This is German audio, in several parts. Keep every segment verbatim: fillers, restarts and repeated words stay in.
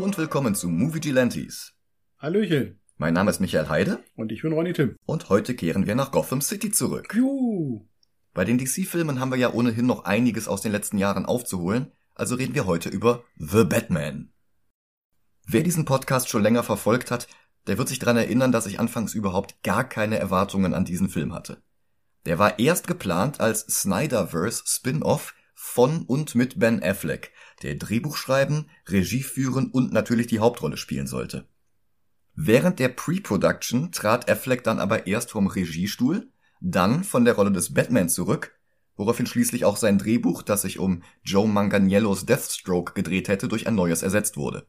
und willkommen zu Movie Gelantes. Hallöchen. Mein Name ist Michael Heide. Und ich bin Ronny Tim. Und heute kehren wir nach Gotham City zurück. Juhu. Bei den D C-Filmen haben wir ja ohnehin noch einiges aus den letzten Jahren aufzuholen, also reden wir heute über The Batman. Wer diesen Podcast schon länger verfolgt hat, der wird sich daran erinnern, dass ich anfangs überhaupt gar keine Erwartungen an diesen Film hatte. Der war erst geplant als Snyderverse Spin-Off von und mit Ben Affleck, der Drehbuch schreiben, Regie führen und natürlich die Hauptrolle spielen sollte. Während der Pre-Production trat Affleck dann aber erst vom Regiestuhl, dann von der Rolle des Batman zurück, woraufhin schließlich auch sein Drehbuch, das sich um Joe Manganiellos Deathstroke gedreht hätte, durch ein neues ersetzt wurde.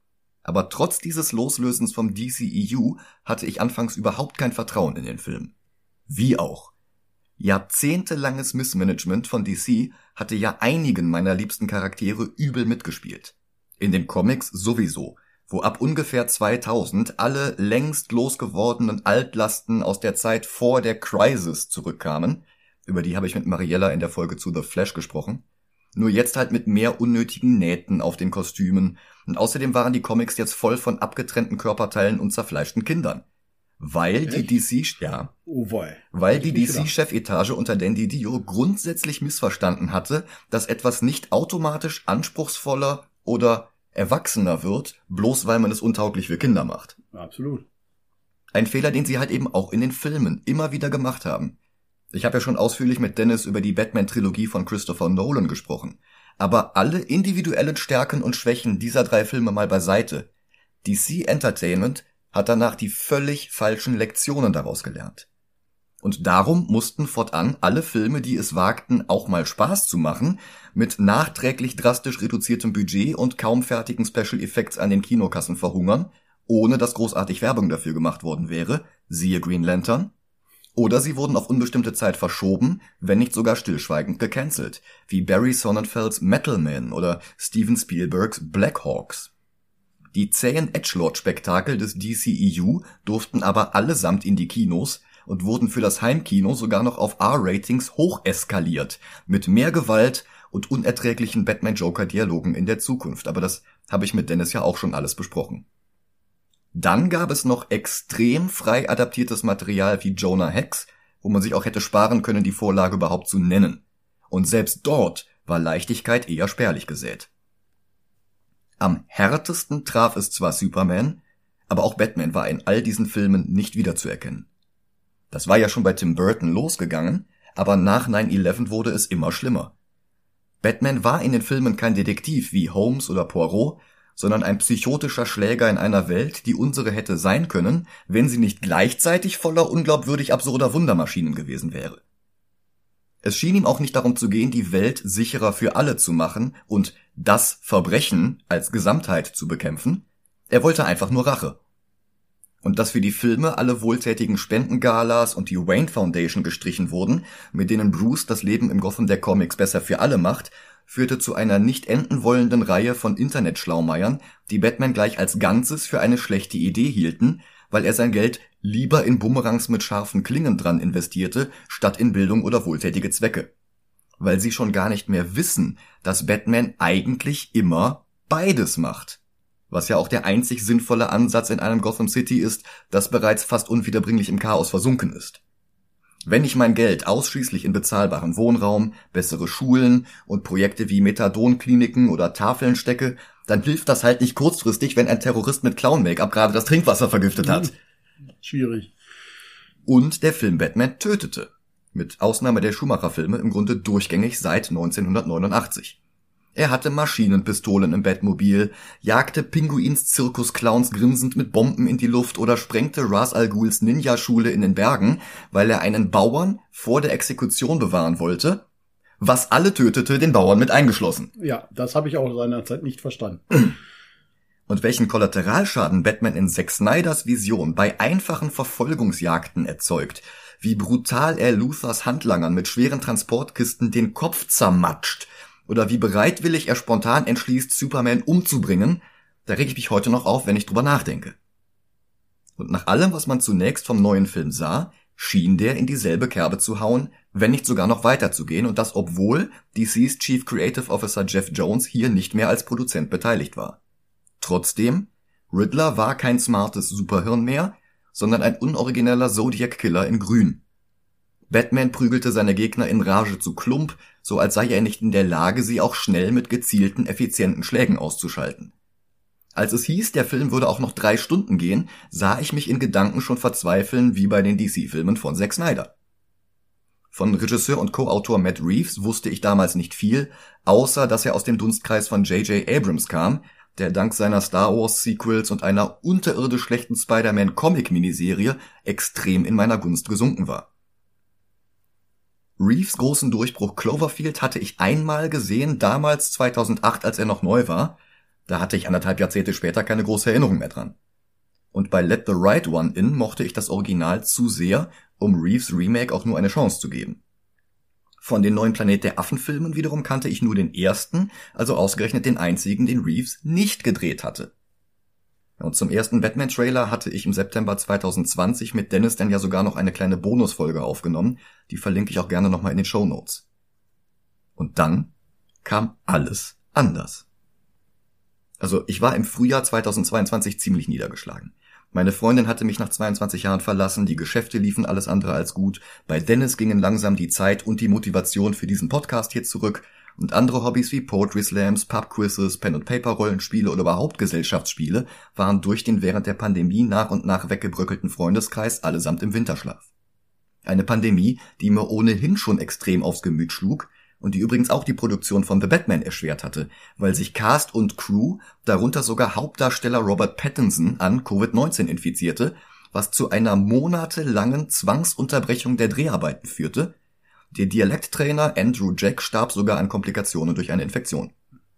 Aber trotz dieses Loslösens vom D C E U hatte ich anfangs überhaupt kein Vertrauen in den Film. Wie auch. Jahrzehntelanges Missmanagement von D C hatte ja einigen meiner liebsten Charaktere übel mitgespielt. In den Comics sowieso, wo ab ungefähr zweitausend alle längst losgewordenen Altlasten aus der Zeit vor der Crisis zurückkamen. Über die habe ich mit Mariella in der Folge zu The Flash gesprochen. Nur jetzt halt mit mehr unnötigen Nähten auf den Kostümen. Und außerdem waren die Comics jetzt voll von abgetrennten Körperteilen und zerfleischten Kindern. Weil Echt? die D C, ja, oh wei. weil die D C-Chefetage unter Dan DiDio grundsätzlich missverstanden hatte, dass etwas nicht automatisch anspruchsvoller oder erwachsener wird, bloß weil man es untauglich für Kinder macht. Absolut. Ein Fehler, den sie halt eben auch in den Filmen immer wieder gemacht haben. Ich habe ja schon ausführlich mit Dennis über die Batman-Trilogie von Christopher Nolan gesprochen. Aber alle individuellen Stärken und Schwächen dieser drei Filme mal beiseite. D C Entertainment hat danach die völlig falschen Lektionen daraus gelernt. Und darum mussten fortan alle Filme, die es wagten, auch mal Spaß zu machen, mit nachträglich drastisch reduziertem Budget und kaum fertigen Special Effects an den Kinokassen verhungern, ohne dass großartig Werbung dafür gemacht worden wäre, siehe Green Lantern. Oder sie wurden auf unbestimmte Zeit verschoben, wenn nicht sogar stillschweigend gecancelt, wie Barry Sonnenfelds Metal Man oder Steven Spielbergs Black Hawks. Die zähen Edgelord-Spektakel des D C E U durften aber allesamt in die Kinos und wurden für das Heimkino sogar noch auf R-Ratings hocheskaliert, mit mehr Gewalt und unerträglichen Batman-Joker-Dialogen in der Zukunft. Aber das habe ich mit Dennis ja auch schon alles besprochen. Dann gab es noch extrem frei adaptiertes Material wie Jonah Hex, wo man sich auch hätte sparen können, die Vorlage überhaupt zu nennen. Und selbst dort war Leichtigkeit eher spärlich gesät. Am härtesten traf es zwar Superman, aber auch Batman war in all diesen Filmen nicht wiederzuerkennen. Das war ja schon bei Tim Burton losgegangen, aber nach nine eleven wurde es immer schlimmer. Batman war in den Filmen kein Detektiv wie Holmes oder Poirot, sondern ein psychotischer Schläger in einer Welt, die unsere hätte sein können, wenn sie nicht gleichzeitig voller unglaubwürdig absurder Wundermaschinen gewesen wäre. Es schien ihm auch nicht darum zu gehen, die Welt sicherer für alle zu machen und das Verbrechen als Gesamtheit zu bekämpfen. Er wollte einfach nur Rache. Und dass für die Filme alle wohltätigen Spendengalas und die Wayne Foundation gestrichen wurden, mit denen Bruce das Leben im Gotham der Comics besser für alle macht, führte zu einer nicht enden wollenden Reihe von Internet-Schlaumeiern, die Batman gleich als Ganzes für eine schlechte Idee hielten, weil er sein Geld lieber in Bumerangs mit scharfen Klingen dran investierte, statt in Bildung oder wohltätige Zwecke. Weil sie schon gar nicht mehr wissen, dass Batman eigentlich immer beides macht. Was ja auch der einzig sinnvolle Ansatz in einem Gotham City ist, das bereits fast unwiederbringlich im Chaos versunken ist. Wenn ich mein Geld ausschließlich in bezahlbaren Wohnraum, bessere Schulen und Projekte wie Methadon-Kliniken oder Tafeln stecke, dann hilft das halt nicht kurzfristig, wenn ein Terrorist mit Clown-Make-up gerade das Trinkwasser vergiftet hat. Schwierig. Und der Film Batman tötete. Mit Ausnahme der Schumacher-Filme im Grunde durchgängig seit neunzehnhundertneunundachtzig. Er hatte Maschinenpistolen im Batmobil, jagte Pinguins Zirkusclowns grinsend mit Bomben in die Luft oder sprengte Ra's al Ghuls Ninja-Schule in den Bergen, weil er einen Bauern vor der Exekution bewahren wollte, was alle tötete, den Bauern mit eingeschlossen. Ja, das habe ich auch seinerzeit nicht verstanden. Und welchen Kollateralschaden Batman in Zack Snyders Vision bei einfachen Verfolgungsjagden erzeugt, wie brutal er Luthers Handlangern mit schweren Transportkisten den Kopf zermatscht, oder wie bereitwillig er spontan entschließt, Superman umzubringen, da reg ich mich heute noch auf, wenn ich drüber nachdenke. Und nach allem, was man zunächst vom neuen Film sah, schien der in dieselbe Kerbe zu hauen, wenn nicht sogar noch weiter zu gehen, und das obwohl D C's Chief Creative Officer Jeff Jones hier nicht mehr als Produzent beteiligt war. Trotzdem, Riddler war kein smartes Superhirn mehr, sondern ein unorigineller Zodiac-Killer in Grün. Batman prügelte seine Gegner in Rage zu Klump, so als sei er nicht in der Lage, sie auch schnell mit gezielten, effizienten Schlägen auszuschalten. Als es hieß, der Film würde auch noch drei Stunden gehen, sah ich mich in Gedanken schon verzweifeln wie bei den D C-Filmen von Zack Snyder. Von Regisseur und Co-Autor Matt Reeves wusste ich damals nicht viel, außer dass er aus dem Dunstkreis von J J Abrams kam, der dank seiner Star Wars Sequels und einer unterirdisch schlechten Spider-Man Comic-Miniserie extrem in meiner Gunst gesunken war. Reeves großen Durchbruch Cloverfield hatte ich einmal gesehen, damals zweitausendacht, als er noch neu war. Da hatte ich anderthalb Jahrzehnte später keine große Erinnerung mehr dran. Und bei Let the Right One In mochte ich das Original zu sehr, um Reeves Remake auch nur eine Chance zu geben. Von den neuen Planet der Affen-Filmen wiederum kannte ich nur den ersten, also ausgerechnet den einzigen, den Reeves nicht gedreht hatte. Und zum ersten Batman-Trailer hatte ich im September zweitausendzwanzig mit Dennis dann ja sogar noch eine kleine Bonusfolge aufgenommen, die verlinke ich auch gerne nochmal in den Shownotes. Und dann kam alles anders. Also ich war im Frühjahr zweitausendzweiundzwanzig ziemlich niedergeschlagen. Meine Freundin hatte mich nach zweiundzwanzig Jahren verlassen, die Geschäfte liefen alles andere als gut, bei Dennis gingen langsam die Zeit und die Motivation für diesen Podcast hier zurück und andere Hobbys wie Poetry Slams, Pub-Quizzes, Pen-and-Paper-Rollenspiele oder überhaupt Gesellschaftsspiele waren durch den während der Pandemie nach und nach weggebröckelten Freundeskreis allesamt im Winterschlaf. Eine Pandemie, die mir ohnehin schon extrem aufs Gemüt schlug und die übrigens auch die Produktion von The Batman erschwert hatte, weil sich Cast und Crew, darunter sogar Hauptdarsteller Robert Pattinson, an Covid neunzehn infizierte, was zu einer monatelangen Zwangsunterbrechung der Dreharbeiten führte. Der Dialekttrainer Andrew Jack starb sogar an Komplikationen durch eine Infektion.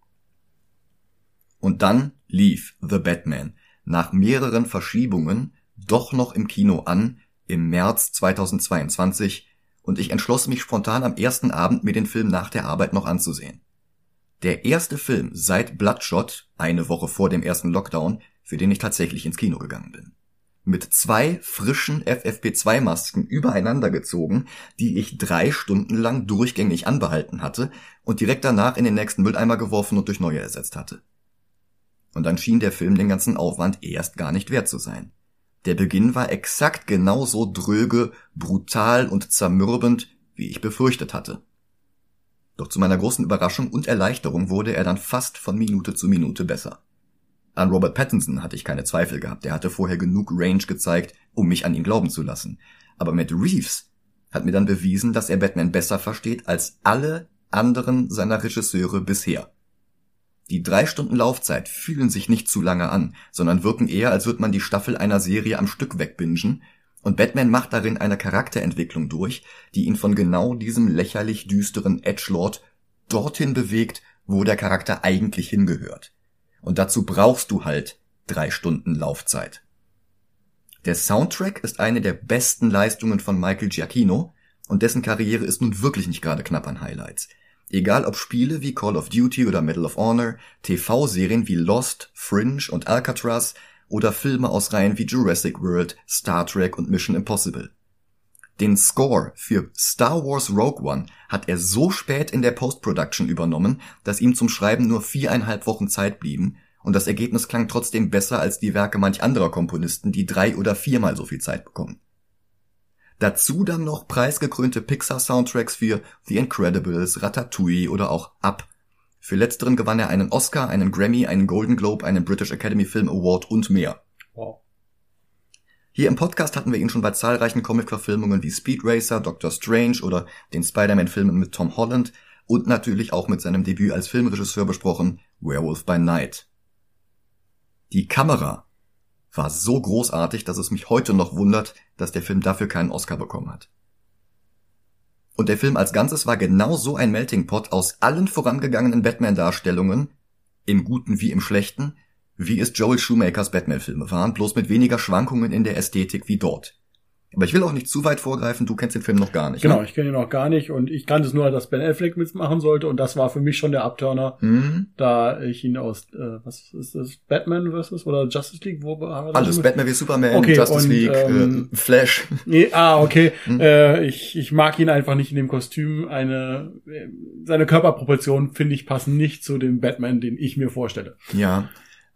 Und dann lief The Batman nach mehreren Verschiebungen doch noch im Kino an, im März zweitausendzweiundzwanzig, und ich entschloss mich spontan am ersten Abend, mir den Film nach der Arbeit noch anzusehen. Der erste Film seit Bloodshot, eine Woche vor dem ersten Lockdown, für den ich tatsächlich ins Kino gegangen bin. Mit zwei frischen F F P zwei Masken übereinander gezogen, die ich drei Stunden lang durchgängig anbehalten hatte und direkt danach in den nächsten Mülleimer geworfen und durch neue ersetzt hatte. Und dann schien der Film den ganzen Aufwand erst gar nicht wert zu sein. Der Beginn war exakt genauso dröge, brutal und zermürbend, wie ich befürchtet hatte. Doch zu meiner großen Überraschung und Erleichterung wurde er dann fast von Minute zu Minute besser. An Robert Pattinson hatte ich keine Zweifel gehabt, er hatte vorher genug Range gezeigt, um mich an ihn glauben zu lassen. Aber Matt Reeves hat mir dann bewiesen, dass er Batman besser versteht als alle anderen seiner Regisseure bisher. Die drei Stunden Laufzeit fühlen sich nicht zu lange an, sondern wirken eher, als würde man die Staffel einer Serie am Stück wegbingen, und Batman macht darin eine Charakterentwicklung durch, die ihn von genau diesem lächerlich düsteren Edgelord dorthin bewegt, wo der Charakter eigentlich hingehört. Und dazu brauchst du halt drei Stunden Laufzeit. Der Soundtrack ist eine der besten Leistungen von Michael Giacchino, und dessen Karriere ist nun wirklich nicht gerade knapp an Highlights. Egal ob Spiele wie Call of Duty oder Medal of Honor, T V-Serien wie Lost, Fringe und Alcatraz oder Filme aus Reihen wie Jurassic World, Star Trek und Mission Impossible. Den Score für Star Wars Rogue One hat er so spät in der Post-Production übernommen, dass ihm zum Schreiben nur viereinhalb Wochen Zeit blieben, und das Ergebnis klang trotzdem besser als die Werke manch anderer Komponisten, die drei- oder viermal so viel Zeit bekommen. Dazu dann noch preisgekrönte Pixar-Soundtracks für The Incredibles, Ratatouille oder auch Up. Für letzteren gewann er einen Oscar, einen Grammy, einen Golden Globe, einen British Academy Film Award und mehr. Wow. Hier im Podcast hatten wir ihn schon bei zahlreichen Comic-Verfilmungen wie Speed Racer, Doctor Strange oder den Spider-Man-Filmen mit Tom Holland und natürlich auch mit seinem Debüt als Filmregisseur besprochen, Werewolf by Night. Die Kamera war so großartig, dass es mich heute noch wundert, dass der Film dafür keinen Oscar bekommen hat. Und der Film als Ganzes war genau so ein Melting Pot aus allen vorangegangenen Batman-Darstellungen, im Guten wie im Schlechten, wie es Joel Schumachers Batman-Filme waren, bloß mit weniger Schwankungen in der Ästhetik wie dort. Aber ich will auch nicht zu weit vorgreifen, du kennst den Film noch gar nicht. Genau, ne? Ich kenne ihn noch gar nicht und ich kannte es nur, dass Ben Affleck mitmachen sollte und das war für mich schon der Abturner, Mhm. da ich ihn aus, äh, was ist das, Batman versus oder Justice League? Wo war Alles, das? Batman wie Superman, Okay, Justice und, League, ähm, äh, Flash. Nee, ah, okay. Hm. Äh, ich, ich mag ihn einfach nicht in dem Kostüm. Eine, seine Körperproportionen, finde ich, passen nicht zu dem Batman, den ich mir vorstelle. Ja,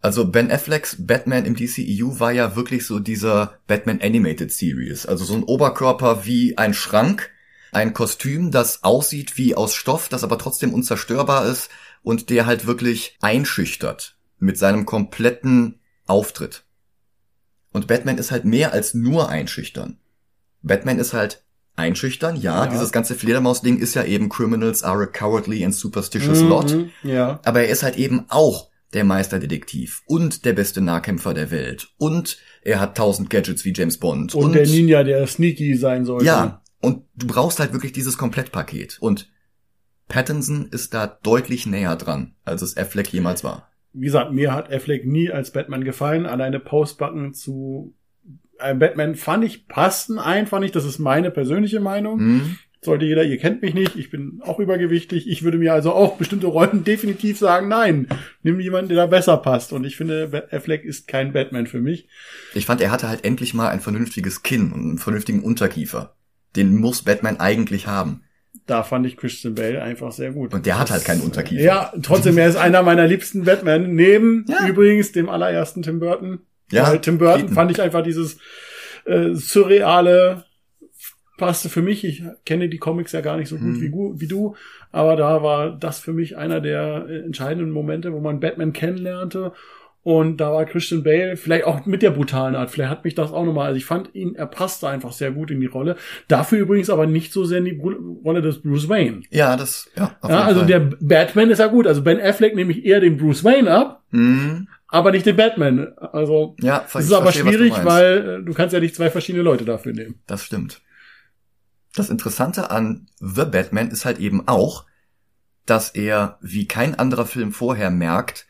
Also Ben Afflecks Batman im D C E U war ja wirklich so dieser Batman Animated Series. Also so ein Oberkörper wie ein Schrank, ein Kostüm, das aussieht wie aus Stoff, das aber trotzdem unzerstörbar ist und der halt wirklich einschüchtert mit seinem kompletten Auftritt. Und Batman ist halt mehr als nur einschüchtern. Batman ist halt einschüchtern, ja, ja. Dieses ganze Fledermaus-Ding ist ja eben Criminals are a cowardly and superstitious mhm, lot. Ja. Aber er ist halt eben auch der Meisterdetektiv und der beste Nahkämpfer der Welt. Und er hat tausend Gadgets wie James Bond. Und, und der Ninja, der sneaky sein sollte. Ja, und du brauchst halt wirklich dieses Komplettpaket. Und Pattinson ist da deutlich näher dran, als es Affleck jemals war. Wie gesagt, mir hat Affleck nie als Batman gefallen. Alleine Postbacken zu äh, Batman fand ich, passten einfach nicht. Das ist meine persönliche Meinung. Mhm. Sollte jeder, ihr kennt mich nicht, ich bin auch übergewichtig. Ich würde mir also auch bestimmte Rollen definitiv sagen, nein, nimm jemanden, der da besser passt. Und ich finde, Affleck ist kein Batman für mich. Ich fand, er hatte halt endlich mal ein vernünftiges Kinn und einen vernünftigen Unterkiefer. Den muss Batman eigentlich haben. Da fand ich Christian Bale einfach sehr gut. Und der hat halt keinen Unterkiefer. Ja, trotzdem, er ist einer meiner liebsten Batman. Neben ja. übrigens dem allerersten Tim Burton. Ja, Weil Tim Burton Keaton. Fand ich einfach dieses äh, surreale, passte für mich. Ich kenne die Comics ja gar nicht so gut hm. wie, wie du. Aber da war das für mich einer der entscheidenden Momente, wo man Batman kennenlernte. Und da war Christian Bale vielleicht auch mit der brutalen Art. Vielleicht hat mich das auch nochmal, also ich fand ihn, er passte einfach sehr gut in die Rolle. Dafür übrigens aber nicht so sehr in die Bru- Rolle des Bruce Wayne. Ja, das, ja, auf ja jeden also Fall. der Batman ist ja gut. Also Ben Affleck nehme ich eher den Bruce Wayne ab, mhm. aber nicht den Batman. Also, ja, das ist aber verstehe, schwierig, du weil du kannst ja nicht zwei verschiedene Leute dafür nehmen. Das stimmt. Das Interessante an The Batman ist halt eben auch, dass er wie kein anderer Film vorher merkt,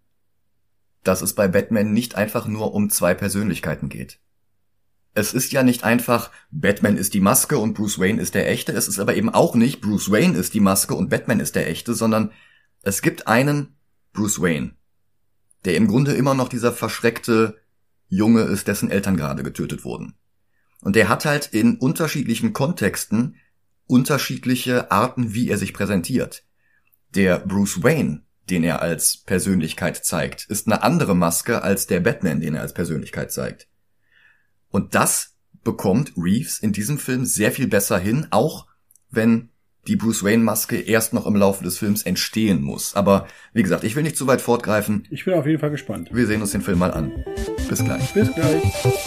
dass es bei Batman nicht einfach nur um zwei Persönlichkeiten geht. Es ist ja nicht einfach, Batman ist die Maske und Bruce Wayne ist der Echte. Es ist aber eben auch nicht, Bruce Wayne ist die Maske und Batman ist der Echte, sondern es gibt einen Bruce Wayne, der im Grunde immer noch dieser verschreckte Junge ist, dessen Eltern gerade getötet wurden. Und der hat halt in unterschiedlichen Kontexten unterschiedliche Arten, wie er sich präsentiert. Der Bruce Wayne, den er als Persönlichkeit zeigt, ist eine andere Maske als der Batman, den er als Persönlichkeit zeigt. Und das bekommt Reeves in diesem Film sehr viel besser hin, auch wenn die Bruce Wayne-Maske erst noch im Laufe des Films entstehen muss. Aber wie gesagt, ich will nicht zu weit fortgreifen. Ich bin auf jeden Fall gespannt. Wir sehen uns den Film mal an. Bis gleich. Bis gleich.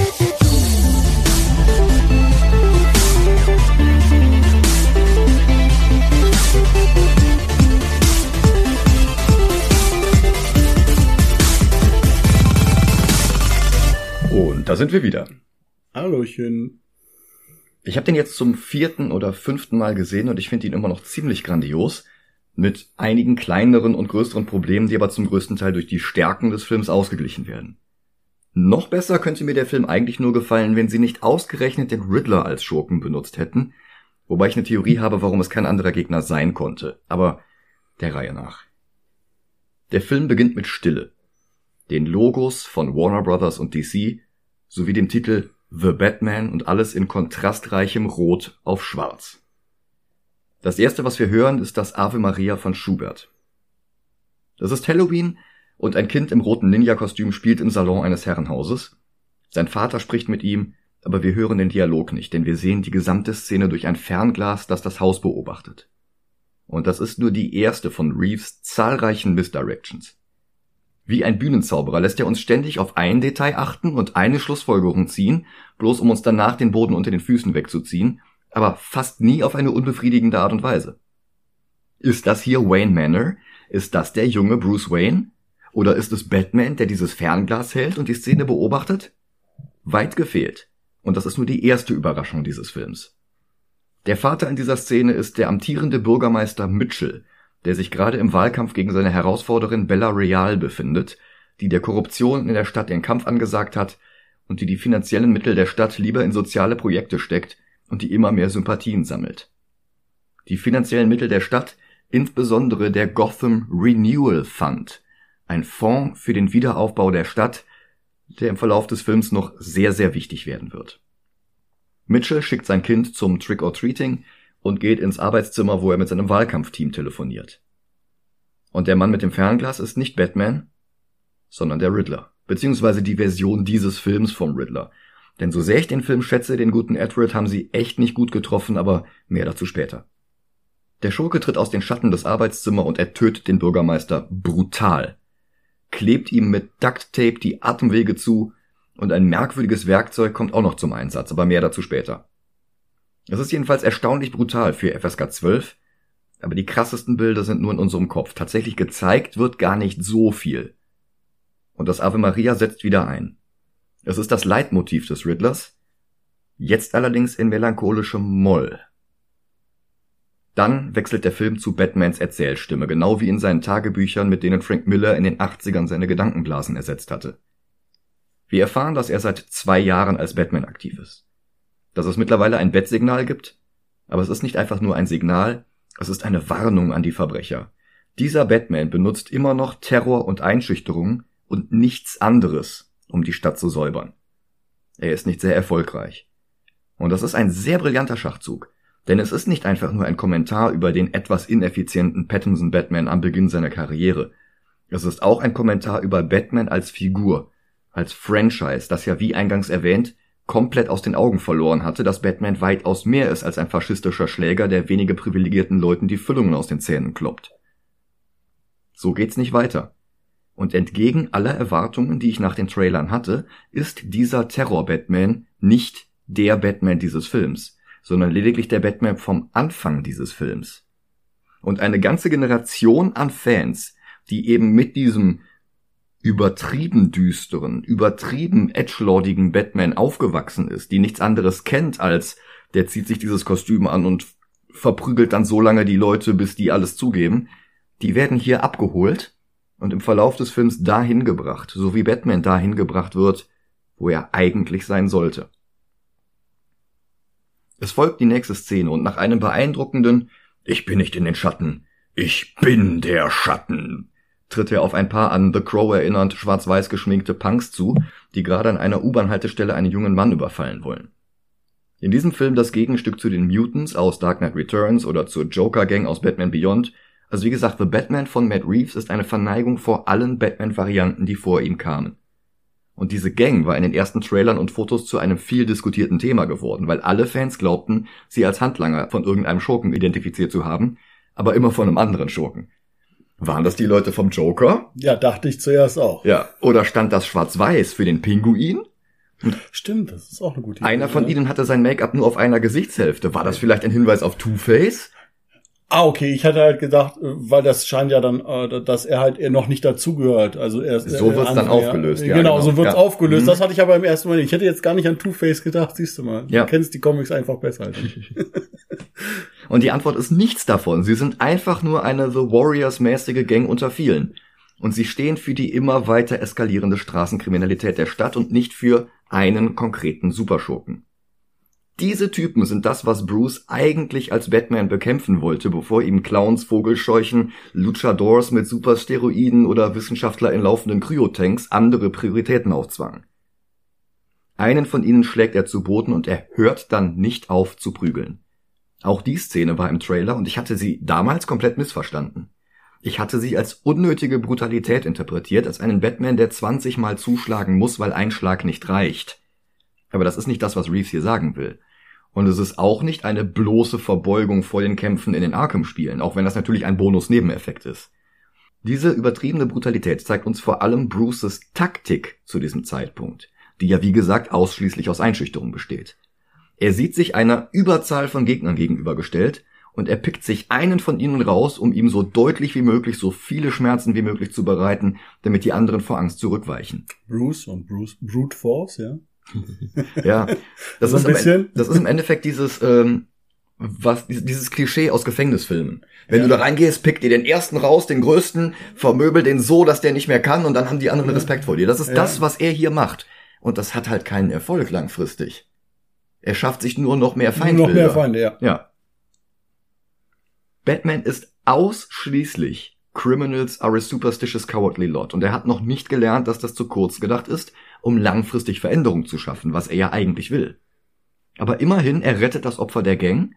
Und da sind wir wieder. Hallöchen. Ich habe den jetzt zum vierten oder fünften Mal gesehen und ich finde ihn immer noch ziemlich grandios. Mit einigen kleineren und größeren Problemen, die aber zum größten Teil durch die Stärken des Films ausgeglichen werden. Noch besser könnte mir der Film eigentlich nur gefallen, wenn sie nicht ausgerechnet den Riddler als Schurken benutzt hätten. Wobei ich eine Theorie habe, warum es kein anderer Gegner sein konnte. Aber der Reihe nach. Der Film beginnt mit Stille. Den Logos von Warner Brothers und D C sowie dem Titel The Batman und alles in kontrastreichem Rot auf Schwarz. Das erste, was wir hören, ist das Ave Maria von Schubert. Das ist Halloween und ein Kind im roten Ninja-Kostüm spielt im Salon eines Herrenhauses. Sein Vater spricht mit ihm, aber wir hören den Dialog nicht, denn wir sehen die gesamte Szene durch ein Fernglas, das das Haus beobachtet. Und das ist nur die erste von Reeves zahlreichen Misdirections. Wie ein Bühnenzauberer lässt er uns ständig auf ein Detail achten und eine Schlussfolgerung ziehen, bloß um uns danach den Boden unter den Füßen wegzuziehen, aber fast nie auf eine unbefriedigende Art und Weise. Ist das hier Wayne Manor? Ist das der junge Bruce Wayne? Oder ist es Batman, der dieses Fernglas hält und die Szene beobachtet? Weit gefehlt. Und das ist nur die erste Überraschung dieses Films. Der Vater in dieser Szene ist der amtierende Bürgermeister Mitchell, der sich gerade im Wahlkampf gegen seine Herausforderin Bella Real befindet, die der Korruption in der Stadt ihren Kampf angesagt hat und die die finanziellen Mittel der Stadt lieber in soziale Projekte steckt und die immer mehr Sympathien sammelt. Die finanziellen Mittel der Stadt, insbesondere der Gotham Renewal Fund, ein Fonds für den Wiederaufbau der Stadt, der im Verlauf des Films noch sehr, sehr wichtig werden wird. Mitchell schickt sein Kind zum Trick-or-Treating und geht ins Arbeitszimmer, wo er mit seinem Wahlkampfteam telefoniert. Und der Mann mit dem Fernglas ist nicht Batman, sondern der Riddler. Beziehungsweise die Version dieses Films vom Riddler. Denn so sehr ich den Film schätze, den guten Edward, haben sie echt nicht gut getroffen, aber mehr dazu später. Der Schurke tritt aus den Schatten des Arbeitszimmers und er tötet den Bürgermeister brutal. Klebt ihm mit Duct Tape die Atemwege zu und ein merkwürdiges Werkzeug kommt auch noch zum Einsatz, aber mehr dazu später. Es ist jedenfalls erstaunlich brutal für F S K zwölf, aber die krassesten Bilder sind nur in unserem Kopf. Tatsächlich gezeigt wird gar nicht so viel. Und das Ave Maria setzt wieder ein. Es ist das Leitmotiv des Riddlers, jetzt allerdings in melancholischem Moll. Dann wechselt der Film zu Batmans Erzählstimme, genau wie in seinen Tagebüchern, mit denen Frank Miller in den achtzigern seine Gedankenblasen ersetzt hatte. Wir erfahren, dass er seit zwei Jahren als Batman aktiv ist. Dass es mittlerweile ein Bat-Signal gibt, aber es ist nicht einfach nur ein Signal, es ist eine Warnung an die Verbrecher. Dieser Batman benutzt immer noch Terror und Einschüchterung und nichts anderes, um die Stadt zu säubern. Er ist nicht sehr erfolgreich. Und das ist ein sehr brillanter Schachzug, denn es ist nicht einfach nur ein Kommentar über den etwas ineffizienten Pattinson-Batman am Beginn seiner Karriere. Es ist auch ein Kommentar über Batman als Figur, als Franchise, das ja wie eingangs erwähnt, komplett aus den Augen verloren hatte, dass Batman weitaus mehr ist als ein faschistischer Schläger, der wenige privilegierten Leuten die Füllungen aus den Zähnen kloppt. So geht's nicht weiter. Und entgegen aller Erwartungen, die ich nach den Trailern hatte, ist dieser Terror-Batman nicht der Batman dieses Films, sondern lediglich der Batman vom Anfang dieses Films. Und eine ganze Generation an Fans, die eben mit diesem übertrieben düsteren, übertrieben edgelordigen Batman aufgewachsen ist, die nichts anderes kennt als, der zieht sich dieses Kostüm an und verprügelt dann so lange die Leute, bis die alles zugeben, die werden hier abgeholt und im Verlauf des Films dahin gebracht, so wie Batman dahin gebracht wird, wo er eigentlich sein sollte. Es folgt die nächste Szene und nach einem beeindruckenden »Ich bin nicht in den Schatten, ich bin der Schatten« tritt er auf ein paar an The Crow erinnernd schwarz-weiß geschminkte Punks zu, die gerade an einer U-Bahn-Haltestelle einen jungen Mann überfallen wollen. In diesem Film das Gegenstück zu den Mutants aus Dark Knight Returns oder zur Joker-Gang aus Batman Beyond. Also wie gesagt, The Batman von Matt Reeves ist eine Verneigung vor allen Batman-Varianten, die vor ihm kamen. Und diese Gang war in den ersten Trailern und Fotos zu einem viel diskutierten Thema geworden, weil alle Fans glaubten, sie als Handlanger von irgendeinem Schurken identifiziert zu haben, aber immer von einem anderen Schurken. Waren das die Leute vom Joker? Ja, dachte ich zuerst auch. Ja, oder stand das schwarz-weiß für den Pinguin? Und Stimmt, das ist auch eine gute Idee. Einer von ihnen hatte sein Make-up nur auf einer Gesichtshälfte. War das vielleicht ein Hinweis auf Two-Face? Ah, okay, ich hatte halt gedacht, weil das scheint ja dann, dass er halt noch nicht dazugehört. Also er ist, so wird's dann aufgelöst. Ja, ja, genau, genau, so wird's ja. aufgelöst. Mhm. Das hatte ich aber im ersten Mal nicht. Ich hätte jetzt gar nicht an Two-Face gedacht, siehst du mal. Ja. Du kennst die Comics einfach besser als ich. Und die Antwort ist nichts davon. Sie sind einfach nur eine The Warriors-mäßige Gang unter vielen. Und sie stehen für die immer weiter eskalierende Straßenkriminalität der Stadt und nicht für einen konkreten Superschurken. Diese Typen sind das, was Bruce eigentlich als Batman bekämpfen wollte, bevor ihm Clowns, Vogelscheuchen, Luchadors mit Supersteroiden oder Wissenschaftler in laufenden Kryotanks andere Prioritäten aufzwangen. Einen von ihnen schlägt er zu Boden und er hört dann nicht auf zu prügeln. Auch die Szene war im Trailer und ich hatte sie damals komplett missverstanden. Ich hatte sie als unnötige Brutalität interpretiert, als einen Batman, der zwanzig Mal zuschlagen muss, weil ein Schlag nicht reicht. Aber das ist nicht das, was Reeves hier sagen will. Und es ist auch nicht eine bloße Verbeugung vor den Kämpfen in den Arkham-Spielen, auch wenn das natürlich ein Bonus-Nebeneffekt ist. Diese übertriebene Brutalität zeigt uns vor allem Bruces Taktik zu diesem Zeitpunkt, die ja wie gesagt ausschließlich aus Einschüchterung besteht. Er sieht sich einer Überzahl von Gegnern gegenübergestellt und er pickt sich einen von ihnen raus, um ihm so deutlich wie möglich so viele Schmerzen wie möglich zu bereiten, damit die anderen vor Angst zurückweichen. Bruce und Bruce Brute Force, ja. Ja, das, so ist ein bisschen. Im, das ist im Endeffekt dieses, ähm, was, dieses Klischee aus Gefängnisfilmen. Wenn ja. du da reingehst, pick dir den ersten raus, den größten, vermöbel den so, dass der nicht mehr kann und dann haben die anderen ja. Respekt vor dir. Das ist ja. das, was er hier macht. Und das hat halt keinen Erfolg langfristig. Er schafft sich nur noch mehr Feindbilder. Noch mehr Feinde, ja. Ja. Batman ist ausschließlich Criminals are a superstitious cowardly lot. Und er hat noch nicht gelernt, dass das zu kurz gedacht ist, um langfristig Veränderung zu schaffen, was er ja eigentlich will. Aber immerhin, er rettet das Opfer der Gang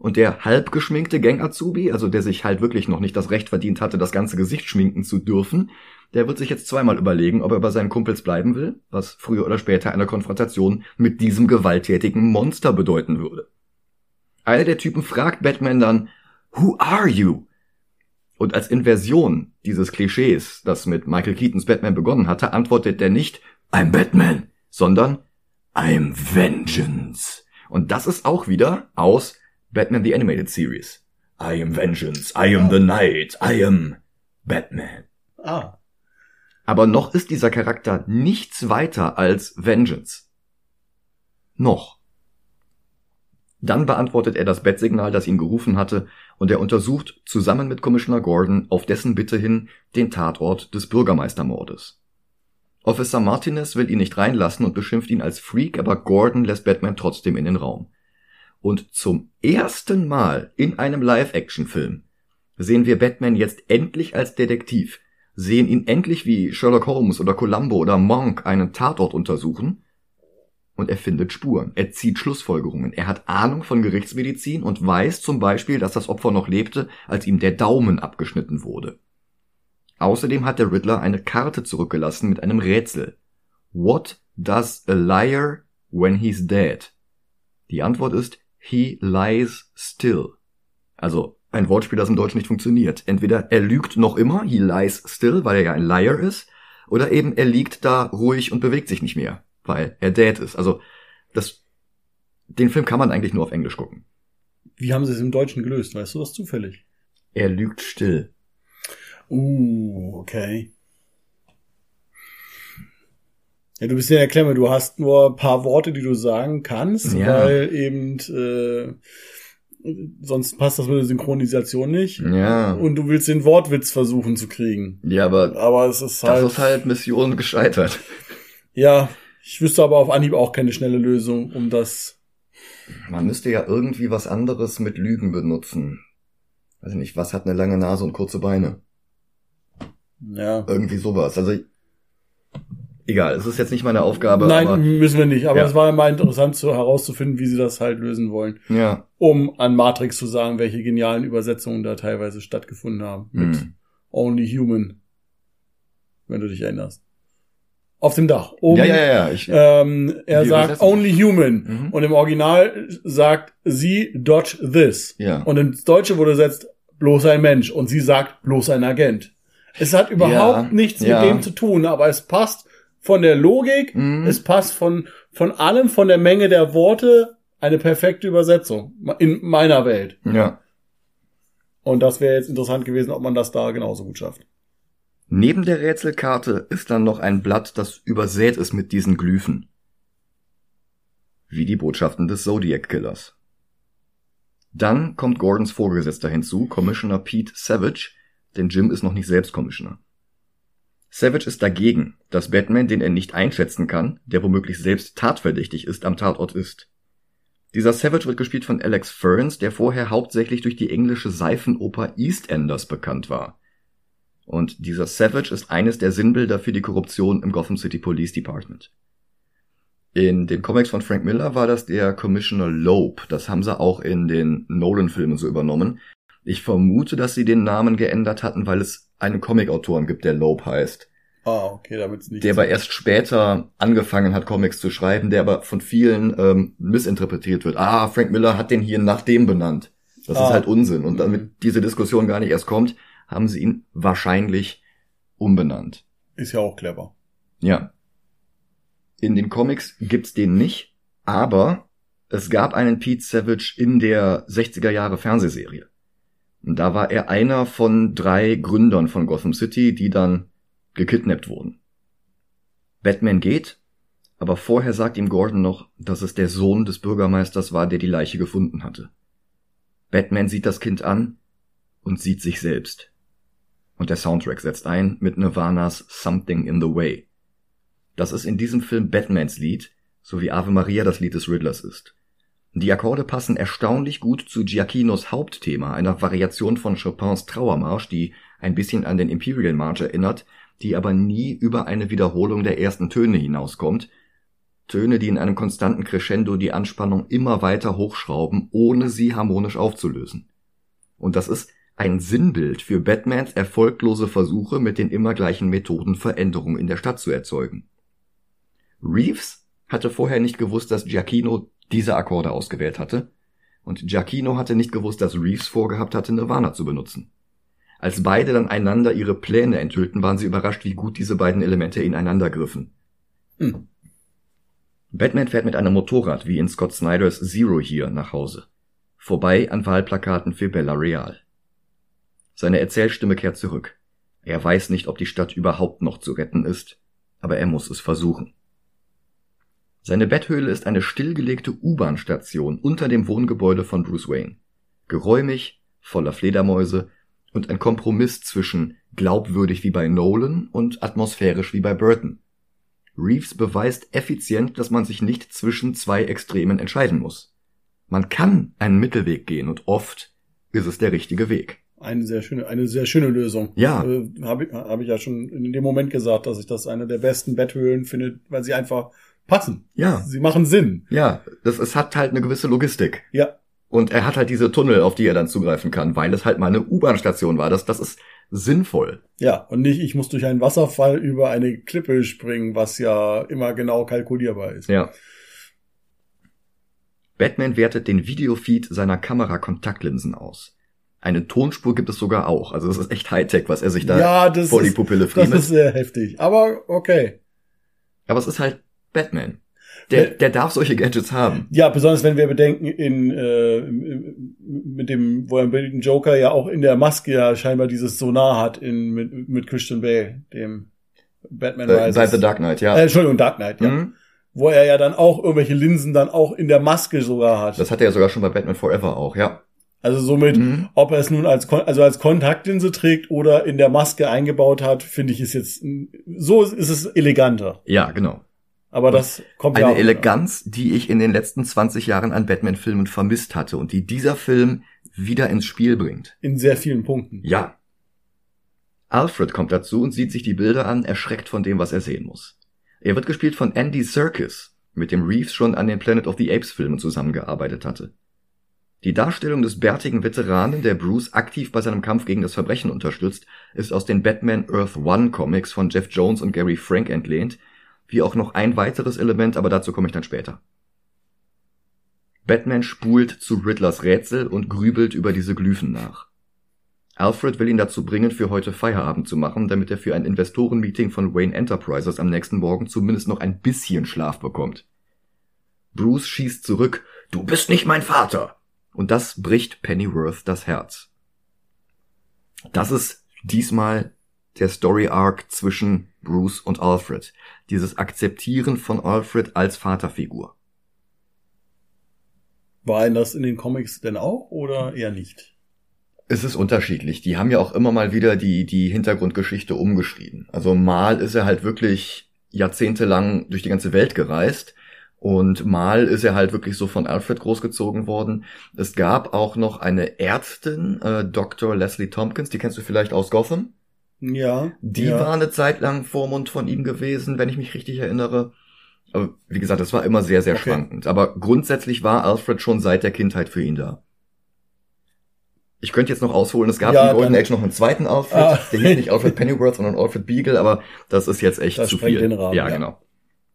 Und der halbgeschminkte Gang-Azubi, also der sich halt wirklich noch nicht das Recht verdient hatte, das ganze Gesicht schminken zu dürfen, der wird sich jetzt zweimal überlegen, ob er bei seinen Kumpels bleiben will, was früher oder später eine Konfrontation mit diesem gewalttätigen Monster bedeuten würde. Einer der Typen fragt Batman dann, "Who are you?" Und als Inversion dieses Klischees, das mit Michael Keatons Batman begonnen hatte, antwortet er nicht, "I'm Batman", sondern "I'm Vengeance." Und das ist auch wieder aus Batman the Animated Series. I am Vengeance, I am the Night, I am Batman. Ah. Aber noch ist dieser Charakter nichts weiter als Vengeance. Noch. Dann beantwortet er das Bat-Signal, das ihn gerufen hatte, und er untersucht zusammen mit Commissioner Gordon auf dessen Bitte hin den Tatort des Bürgermeistermordes. Officer Martinez will ihn nicht reinlassen und beschimpft ihn als Freak, aber Gordon lässt Batman trotzdem in den Raum. Und zum ersten Mal in einem Live-Action-Film sehen wir Batman jetzt endlich als Detektiv, sehen ihn endlich wie Sherlock Holmes oder Columbo oder Monk einen Tatort untersuchen, und er findet Spuren, er zieht Schlussfolgerungen, er hat Ahnung von Gerichtsmedizin und weiß zum Beispiel, dass das Opfer noch lebte, als ihm der Daumen abgeschnitten wurde. Außerdem hat der Riddler eine Karte zurückgelassen mit einem Rätsel. What does a liar when he's dead? Die Antwort ist, he lies still. Also ein Wortspiel, das im Deutschen nicht funktioniert. Entweder er lügt noch immer, he lies still, weil er ja ein Liar ist, oder eben er liegt da ruhig und bewegt sich nicht mehr, weil er dead ist. Also das, den Film kann man eigentlich nur auf Englisch gucken. Wie haben sie es im Deutschen gelöst? Weißt du das zufällig? Er lügt still. Uh, okay. Ja, du bist ja der Klemme, du hast nur ein paar Worte, die du sagen kannst, ja. Weil eben äh, sonst passt das mit der Synchronisation nicht. Ja. Und du willst den Wortwitz versuchen zu kriegen. Ja, aber, aber es ist halt, das ist halt Mission gescheitert. Ja, ich wüsste aber auf Anhieb auch keine schnelle Lösung, um das... Man müsste ja irgendwie was anderes mit Lügen benutzen. Weiß ich nicht, was hat eine lange Nase und kurze Beine? Ja. Irgendwie sowas. Also, egal, es ist jetzt nicht meine Aufgabe. Nein, aber, müssen wir nicht. Aber ja. Es war immer interessant so herauszufinden, wie sie das halt lösen wollen. Ja. Um an Matrix zu sagen, welche genialen Übersetzungen da teilweise stattgefunden haben. Hm. Mit Only Human. Wenn du dich erinnerst. Auf dem Dach. Oben, ja, ja, ja. Ich, ähm, er sagt Only Human. Mhm. Und im Original sagt sie Dodge this. Ja. Und ins Deutsche wurde übersetzt bloß ein Mensch. Und sie sagt bloß ein Agent. Es hat überhaupt ja, nichts ja. mit dem zu tun, aber es passt von der Logik, mhm. es passt von, von allem, von der Menge der Worte, eine perfekte Übersetzung. In meiner Welt. Ja. Und das wäre jetzt interessant gewesen, ob man das da genauso gut schafft. Neben der Rätselkarte ist dann noch ein Blatt, das übersät ist mit diesen Glyphen. Wie die Botschaften des Zodiac Killers. Dann kommt Gordons Vorgesetzter hinzu, Commissioner Pete Savage, denn Jim ist noch nicht selbst Commissioner. Savage ist dagegen, dass Batman, den er nicht einschätzen kann, der womöglich selbst tatverdächtig ist, am Tatort ist. Dieser Savage wird gespielt von Alex Ferns, der vorher hauptsächlich durch die englische Seifenoper EastEnders bekannt war. Und dieser Savage ist eines der Sinnbilder für die Korruption im Gotham City Police Department. In den Comics von Frank Miller war das der Commissioner Loeb. Das haben sie auch in den Nolan-Filmen so übernommen. Ich vermute, dass sie den Namen geändert hatten, weil es einen Comic-Autoren gibt, der Loeb heißt. Ah, okay, damit es nicht. Der aber erst später angefangen hat, Comics zu schreiben, der aber von vielen ähm, missinterpretiert wird. Ah, Frank Miller hat den hier nach dem benannt. Das ah. ist halt Unsinn. Und damit diese Diskussion gar nicht erst kommt, haben sie ihn wahrscheinlich umbenannt. Ist ja auch clever. Ja. In den Comics gibt's den nicht, aber es gab einen Pete Savage in der sechziger Jahre Fernsehserie. Und da war er einer von drei Gründern von Gotham City, die dann gekidnappt wurden. Batman geht, aber vorher sagt ihm Gordon noch, dass es der Sohn des Bürgermeisters war, der die Leiche gefunden hatte. Batman sieht das Kind an und sieht sich selbst. Und der Soundtrack setzt ein mit Nirvanas Something in the Way. Das ist in diesem Film Batmans Lied, so wie Ave Maria das Lied des Riddlers ist. Die Akkorde passen erstaunlich gut zu Giacchinos Hauptthema, einer Variation von Chopins Trauermarsch, die ein bisschen an den Imperial March erinnert, die aber nie über eine Wiederholung der ersten Töne hinauskommt. Töne, die in einem konstanten Crescendo die Anspannung immer weiter hochschrauben, ohne sie harmonisch aufzulösen. Und das ist ein Sinnbild für Batmans erfolglose Versuche, mit den immer gleichen Methoden Veränderungen in der Stadt zu erzeugen. Reeves hatte vorher nicht gewusst, dass Giacchino diese Akkorde ausgewählt hatte, und Giacchino hatte nicht gewusst, dass Reeves vorgehabt hatte, Nirvana zu benutzen. Als beide dann einander ihre Pläne enthüllten, waren sie überrascht, wie gut diese beiden Elemente ineinander griffen. Hm. Batman fährt mit einem Motorrad, wie in Scott Snyders Zero hier, nach Hause. Vorbei an Wahlplakaten für Bella Real. Seine Erzählstimme kehrt zurück. Er weiß nicht, ob die Stadt überhaupt noch zu retten ist, aber er muss es versuchen. Seine Betthöhle ist eine stillgelegte U-Bahn-Station unter dem Wohngebäude von Bruce Wayne. Geräumig, voller Fledermäuse und ein Kompromiss zwischen glaubwürdig wie bei Nolan und atmosphärisch wie bei Burton. Reeves beweist effizient, dass man sich nicht zwischen zwei Extremen entscheiden muss. Man kann einen Mittelweg gehen und oft ist es der richtige Weg. Eine sehr schöne, eine sehr schöne Lösung. Ja. Äh, habe ich, hab ich ja schon in dem Moment gesagt, dass ich das eine der besten Betthöhlen finde, weil sie einfach passen. Ja. Sie machen Sinn. Ja, das, es hat halt eine gewisse Logistik. Ja. Und er hat halt diese Tunnel, auf die er dann zugreifen kann, weil es halt mal eine U-Bahn-Station war. Das, das ist sinnvoll. Ja, und nicht, ich muss durch einen Wasserfall über eine Klippe springen, was ja immer genau kalkulierbar ist. Ja. Batman wertet den Videofeed seiner Kamera-Kontaktlinsen aus. Eine Tonspur gibt es sogar auch. Also das ist echt Hightech, was er sich da ja, das vor ist, die Pupille friemet. Das ist sehr heftig. Aber okay. Aber es ist halt Batman. Der, der darf solche Gadgets haben. Ja, besonders wenn wir bedenken, in äh, mit dem, wo er mit dem Joker ja auch in der Maske ja scheinbar dieses Sonar hat in mit, mit Christian Bale, dem Batman äh, Rises. Bei The Dark Knight, ja. Äh, Entschuldigung, Dark Knight, ja. Mhm. Wo er ja dann auch irgendwelche Linsen dann auch in der Maske sogar hat. Das hat er ja sogar schon bei Batman Forever auch, ja. Also somit, mhm. ob er es nun als also als Kontaktlinse trägt oder in der Maske eingebaut hat, finde ich ist jetzt so ist es eleganter. Ja, genau. Aber und das kommt eine ja auch Eleganz, die ich in den letzten zwanzig Jahren an Batman-Filmen vermisst hatte und die dieser Film wieder ins Spiel bringt. In sehr vielen Punkten. Ja. Alfred kommt dazu und sieht sich die Bilder an, erschreckt von dem, was er sehen muss. Er wird gespielt von Andy Serkis, mit dem Reeves schon an den Planet of the Apes-Filmen zusammengearbeitet hatte. Die Darstellung des bärtigen Veteranen, der Bruce aktiv bei seinem Kampf gegen das Verbrechen unterstützt, ist aus den Batman Earth One Comics von Jeff Jones und Gary Frank entlehnt, wie auch noch ein weiteres Element, aber dazu komme ich dann später. Batman spult zu Riddlers Rätsel und grübelt über diese Glyphen nach. Alfred will ihn dazu bringen, für heute Feierabend zu machen, damit er für ein Investorenmeeting von Wayne Enterprises am nächsten Morgen zumindest noch ein bisschen Schlaf bekommt. Bruce schießt zurück, »Du bist nicht mein Vater!« Und das bricht Pennyworth das Herz. Das ist diesmal der Story-Arc zwischen Bruce und Alfred. Dieses Akzeptieren von Alfred als Vaterfigur. War denn das in den Comics denn auch oder eher nicht? Es ist unterschiedlich. Die haben ja auch immer mal wieder die, die Hintergrundgeschichte umgeschrieben. Also mal ist er halt wirklich jahrzehntelang durch die ganze Welt gereist. Und mal ist er halt wirklich so von Alfred großgezogen worden. Es gab auch noch eine Ärztin, äh, Doktor Leslie Tompkins, die kennst du vielleicht aus Gotham? Ja. Die ja. war eine Zeit lang Vormund von ihm gewesen, wenn ich mich richtig erinnere. Aber wie gesagt, das war immer sehr, sehr okay. schwankend. Aber grundsätzlich war Alfred schon seit der Kindheit für ihn da. Ich könnte jetzt noch ausholen, es gab ja, in Golden Age noch einen zweiten Alfred. Ah. Der hieß nicht Alfred Pennyworth, sondern Alfred Beagle, aber das ist jetzt echt das zu viel. Den Rahmen, ja, ja, genau.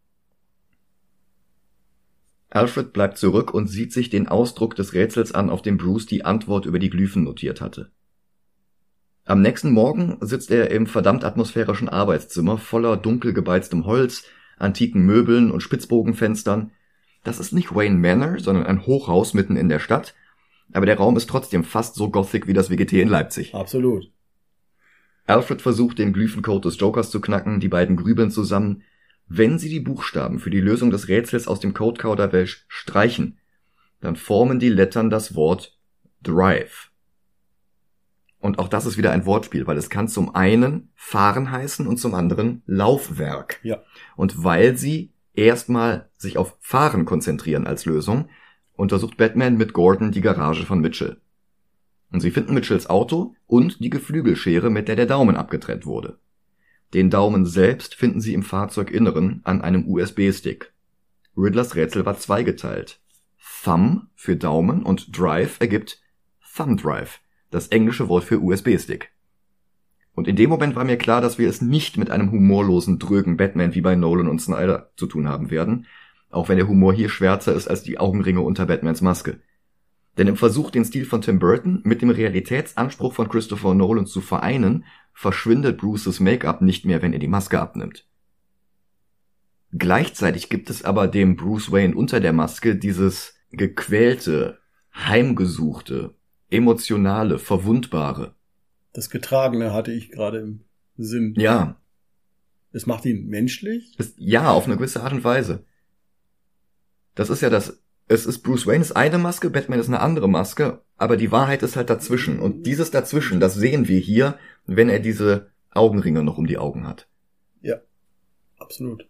Alfred bleibt zurück und sieht sich den Ausdruck des Rätsels an, auf dem Bruce die Antwort über die Glyphen notiert hatte. Am nächsten Morgen sitzt er im verdammt atmosphärischen Arbeitszimmer voller dunkel gebeiztem Holz, antiken Möbeln und Spitzbogenfenstern. Das ist nicht Wayne Manor, sondern ein Hochhaus mitten in der Stadt, aber der Raum ist trotzdem fast so gothic wie das W G T in Leipzig. Absolut. Alfred versucht, den Glyphencode des Jokers zu knacken, die beiden grübeln zusammen. Wenn sie die Buchstaben für die Lösung des Rätsels aus dem Codekauderwelsch streichen, dann formen die Lettern das Wort Drive. Und auch das ist wieder ein Wortspiel, weil es kann zum einen fahren heißen und zum anderen Laufwerk. Ja. Und weil sie erstmal sich auf Fahren konzentrieren als Lösung, untersucht Batman mit Gordon die Garage von Mitchell. Und sie finden Mitchells Auto und die Geflügelschere, mit der der Daumen abgetrennt wurde. Den Daumen selbst finden sie im Fahrzeuginneren an einem U S B-Stick. Riddlers Rätsel war zweigeteilt. Thumb für Daumen und Drive ergibt Thumb Drive, das englische Wort für U S B-Stick. Und in dem Moment war mir klar, dass wir es nicht mit einem humorlosen, drögen Batman wie bei Nolan und Snyder zu tun haben werden, auch wenn der Humor hier schwärzer ist als die Augenringe unter Batmans Maske. Denn im Versuch, den Stil von Tim Burton mit dem Realitätsanspruch von Christopher Nolan zu vereinen, verschwindet Bruces Make-up nicht mehr, wenn er die Maske abnimmt. Gleichzeitig gibt es aber dem Bruce Wayne unter der Maske dieses gequälte, heimgesuchte, emotionale, verwundbare. Das Getragene hatte ich gerade im Sinn. Ja. Es macht ihn menschlich? Das, ja, auf eine gewisse Art und Weise. Das ist ja das, es ist Bruce Wayne ist eine Maske, Batman ist eine andere Maske, aber die Wahrheit ist halt dazwischen. Und dieses dazwischen, das sehen wir hier, wenn er diese Augenringe noch um die Augen hat. Ja, absolut.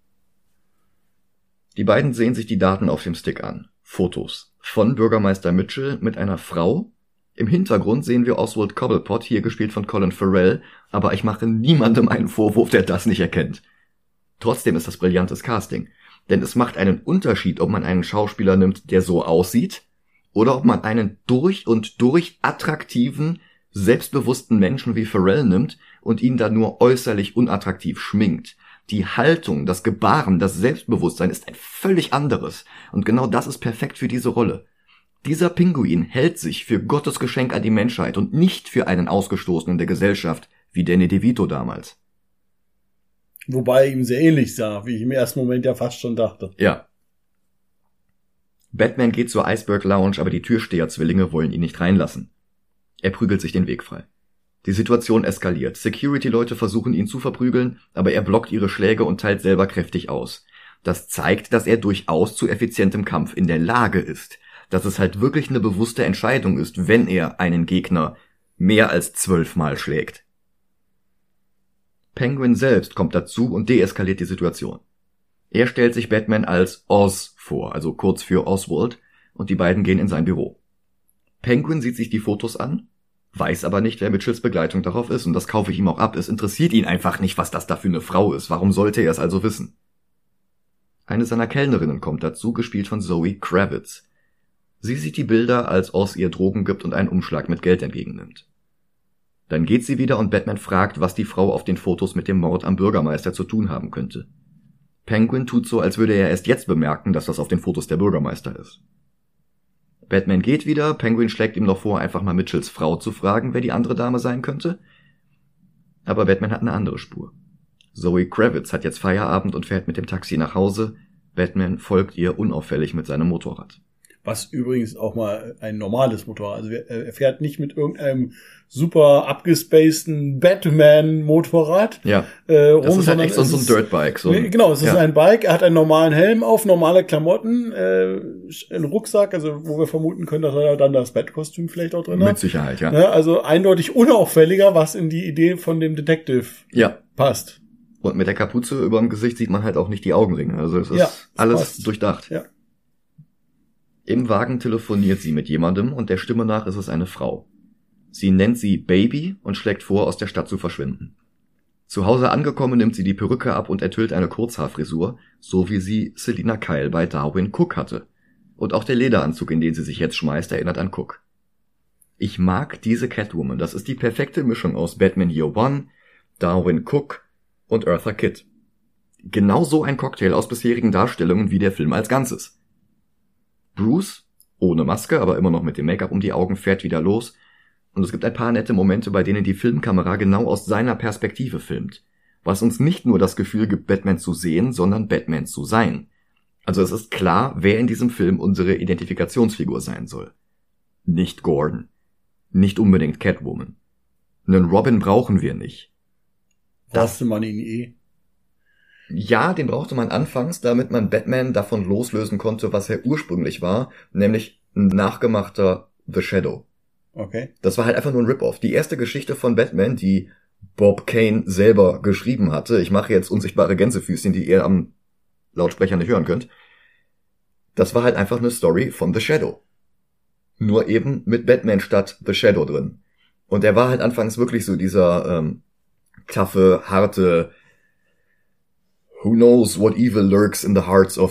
Die beiden sehen sich die Daten auf dem Stick an. Fotos von Bürgermeister Mitchell mit einer Frau. Im Hintergrund sehen wir Oswald Cobblepot, hier gespielt von Colin Farrell, aber ich mache niemandem einen Vorwurf, der das nicht erkennt. Trotzdem ist das brillantes Casting, denn es macht einen Unterschied, ob man einen Schauspieler nimmt, der so aussieht, oder ob man einen durch und durch attraktiven, selbstbewussten Menschen wie Farrell nimmt und ihn dann nur äußerlich unattraktiv schminkt. Die Haltung, das Gebaren, das Selbstbewusstsein ist ein völlig anderes. Und genau das ist perfekt für diese Rolle. Dieser Pinguin hält sich für Gottes Geschenk an die Menschheit und nicht für einen Ausgestoßenen der Gesellschaft, wie Danny DeVito damals. Wobei er ihm sehr ähnlich sah, wie ich im ersten Moment ja fast schon dachte. Ja. Batman geht zur Iceberg Lounge, aber die Türsteher-Zwillinge wollen ihn nicht reinlassen. Er prügelt sich den Weg frei. Die Situation eskaliert. Security-Leute versuchen ihn zu verprügeln, aber er blockt ihre Schläge und teilt selber kräftig aus. Das zeigt, dass er durchaus zu effizientem Kampf in der Lage ist. Dass es halt wirklich eine bewusste Entscheidung ist, wenn er einen Gegner mehr als zwölfmal schlägt. Penguin selbst kommt dazu und deeskaliert die Situation. Er stellt sich Batman als Oz vor, also kurz für Oswald, und die beiden gehen in sein Büro. Penguin sieht sich die Fotos an, weiß aber nicht, wer Mitchells Begleitung darauf ist, und das kaufe ich ihm auch ab. Es interessiert ihn einfach nicht, was das da für eine Frau ist. Warum sollte er es also wissen? Eine seiner Kellnerinnen kommt dazu, gespielt von Zoe Kravitz. Sie sieht die Bilder, als Oz ihr Drogen gibt und einen Umschlag mit Geld entgegennimmt. Dann geht sie wieder und Batman fragt, was die Frau auf den Fotos mit dem Mord am Bürgermeister zu tun haben könnte. Penguin tut so, als würde er erst jetzt bemerken, dass das auf den Fotos der Bürgermeister ist. Batman geht wieder, Penguin schlägt ihm noch vor, einfach mal Mitchells Frau zu fragen, wer die andere Dame sein könnte. Aber Batman hat eine andere Spur. Zoe Kravitz hat jetzt Feierabend und fährt mit dem Taxi nach Hause. Batman folgt ihr unauffällig mit seinem Motorrad. Was übrigens auch mal ein normales Motorrad. Also er fährt nicht mit irgendeinem super abgespaceden Batman-Motorrad ja, äh, rum, das ist halt echt so ein Dirtbike. So ein, genau, es ist ja. ein Bike. Er hat einen normalen Helm auf, normale Klamotten, äh, einen Rucksack, also wo wir vermuten können, dass er dann das Bat-Kostüm vielleicht auch drin hat. Mit Sicherheit, ja. ja. Also eindeutig unauffälliger, was in die Idee von dem Detective ja. passt. Und mit der Kapuze über dem Gesicht sieht man halt auch nicht die Augenringe. Also es ist ja, alles passt. durchdacht. Ja. Im Wagen telefoniert sie mit jemandem und der Stimme nach ist es eine Frau. Sie nennt sie Baby und schlägt vor, aus der Stadt zu verschwinden. Zu Hause angekommen nimmt sie die Perücke ab und enthüllt eine Kurzhaarfrisur, so wie sie Selina Kyle bei Darwin Cook hatte. Und auch der Lederanzug, in den sie sich jetzt schmeißt, erinnert an Cook. Ich mag diese Catwoman. Das ist die perfekte Mischung aus Batman Year One, Darwin Cook und Eartha Kitt. Genau so ein Cocktail aus bisherigen Darstellungen wie der Film als Ganzes. Bruce, ohne Maske, aber immer noch mit dem Make-up um die Augen, fährt wieder los. Und es gibt ein paar nette Momente, bei denen die Filmkamera genau aus seiner Perspektive filmt. Was uns nicht nur das Gefühl gibt, Batman zu sehen, sondern Batman zu sein. Also es ist klar, wer in diesem Film unsere Identifikationsfigur sein soll. Nicht Gordon. Nicht unbedingt Catwoman. Einen Robin brauchen wir nicht. Brauchte man ihn eh. Ja, den brauchte man anfangs, damit man Batman davon loslösen konnte, was er ursprünglich war, nämlich ein nachgemachter The Shadow. Okay. Das war halt einfach nur ein Rip-Off. Die erste Geschichte von Batman, die Bob Kane selber geschrieben hatte, ich mache jetzt unsichtbare Gänsefüßchen, die ihr am Lautsprecher nicht hören könnt, das war halt einfach eine Story von The Shadow. Nur eben mit Batman statt The Shadow drin. Und er war halt anfangs wirklich so dieser ähm, taffe, harte Who knows what evil lurks in the hearts of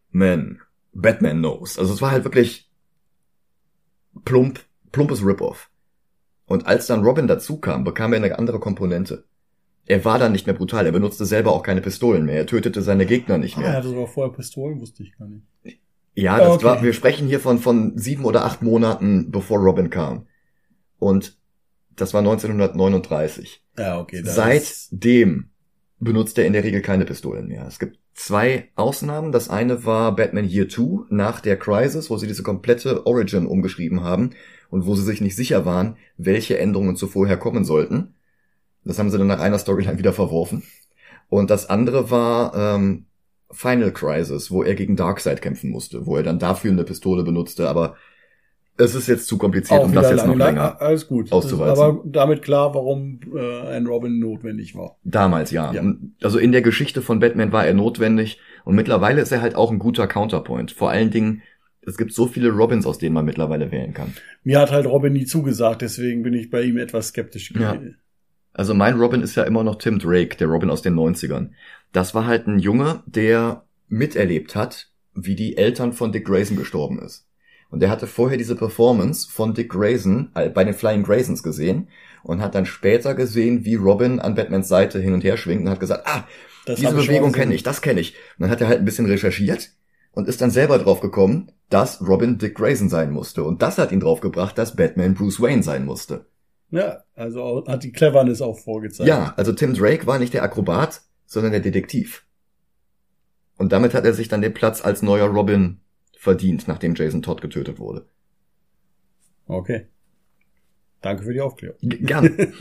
man, Batman knows. Also es war halt wirklich plump, plumpes Rip-Off. Und als dann Robin dazu kam, bekam er eine andere Komponente. Er war dann nicht mehr brutal, er benutzte selber auch keine Pistolen mehr, er tötete seine Gegner nicht mehr. Ah, er hatte sogar vorher Pistolen, wusste ich gar nicht. Ja, das okay. war, wir sprechen hier von, von sieben oder acht Monaten, bevor Robin kam. Und das war neunzehnhundertneununddreißig. Ja, okay. Seitdem benutzt er in der Regel keine Pistolen mehr. Es gibt zwei Ausnahmen. Das eine war Batman Year Two nach der Crisis, wo sie diese komplette Origin umgeschrieben haben und wo sie sich nicht sicher waren, welche Änderungen zuvorher kommen sollten. Das haben sie dann nach einer Storyline wieder verworfen. Und das andere war ähm, Final Crisis, wo er gegen Darkseid kämpfen musste, wo er dann dafür eine Pistole benutzte, aber es ist jetzt zu kompliziert, auch um das jetzt noch lang, länger alles gut. auszuwalzen. Aber damit klar, warum äh, ein Robin notwendig war. Damals, ja. ja. Also in der Geschichte von Batman war er notwendig und mittlerweile ist er halt auch ein guter Counterpoint. Vor allen Dingen, es gibt so viele Robins, aus denen man mittlerweile wählen kann. Mir hat halt Robin nie zugesagt, deswegen bin ich bei ihm etwas skeptisch gewesen. Ja. Also mein Robin ist ja immer noch Tim Drake, der Robin aus den neunzigern. Das war halt ein Junge, der miterlebt hat, wie die Eltern von Dick Grayson gestorben ist. Und der hatte vorher diese Performance von Dick Grayson bei den Flying Graysons gesehen und hat dann später gesehen, wie Robin an Batmans Seite hin und her schwingt und hat gesagt, ah, das diese Bewegung kenne ich, das kenne ich. Und dann hat er halt ein bisschen recherchiert und ist dann selber drauf gekommen, dass Robin Dick Grayson sein musste. Und das hat ihn drauf gebracht, dass Batman Bruce Wayne sein musste. Ja, also hat die Cleverness auch vorgezeigt. Ja, also Tim Drake war nicht der Akrobat, sondern der Detektiv. Und damit hat er sich dann den Platz als neuer Robin verdient, nachdem Jason Todd getötet wurde. Okay. Danke für die Aufklärung. G- Gern.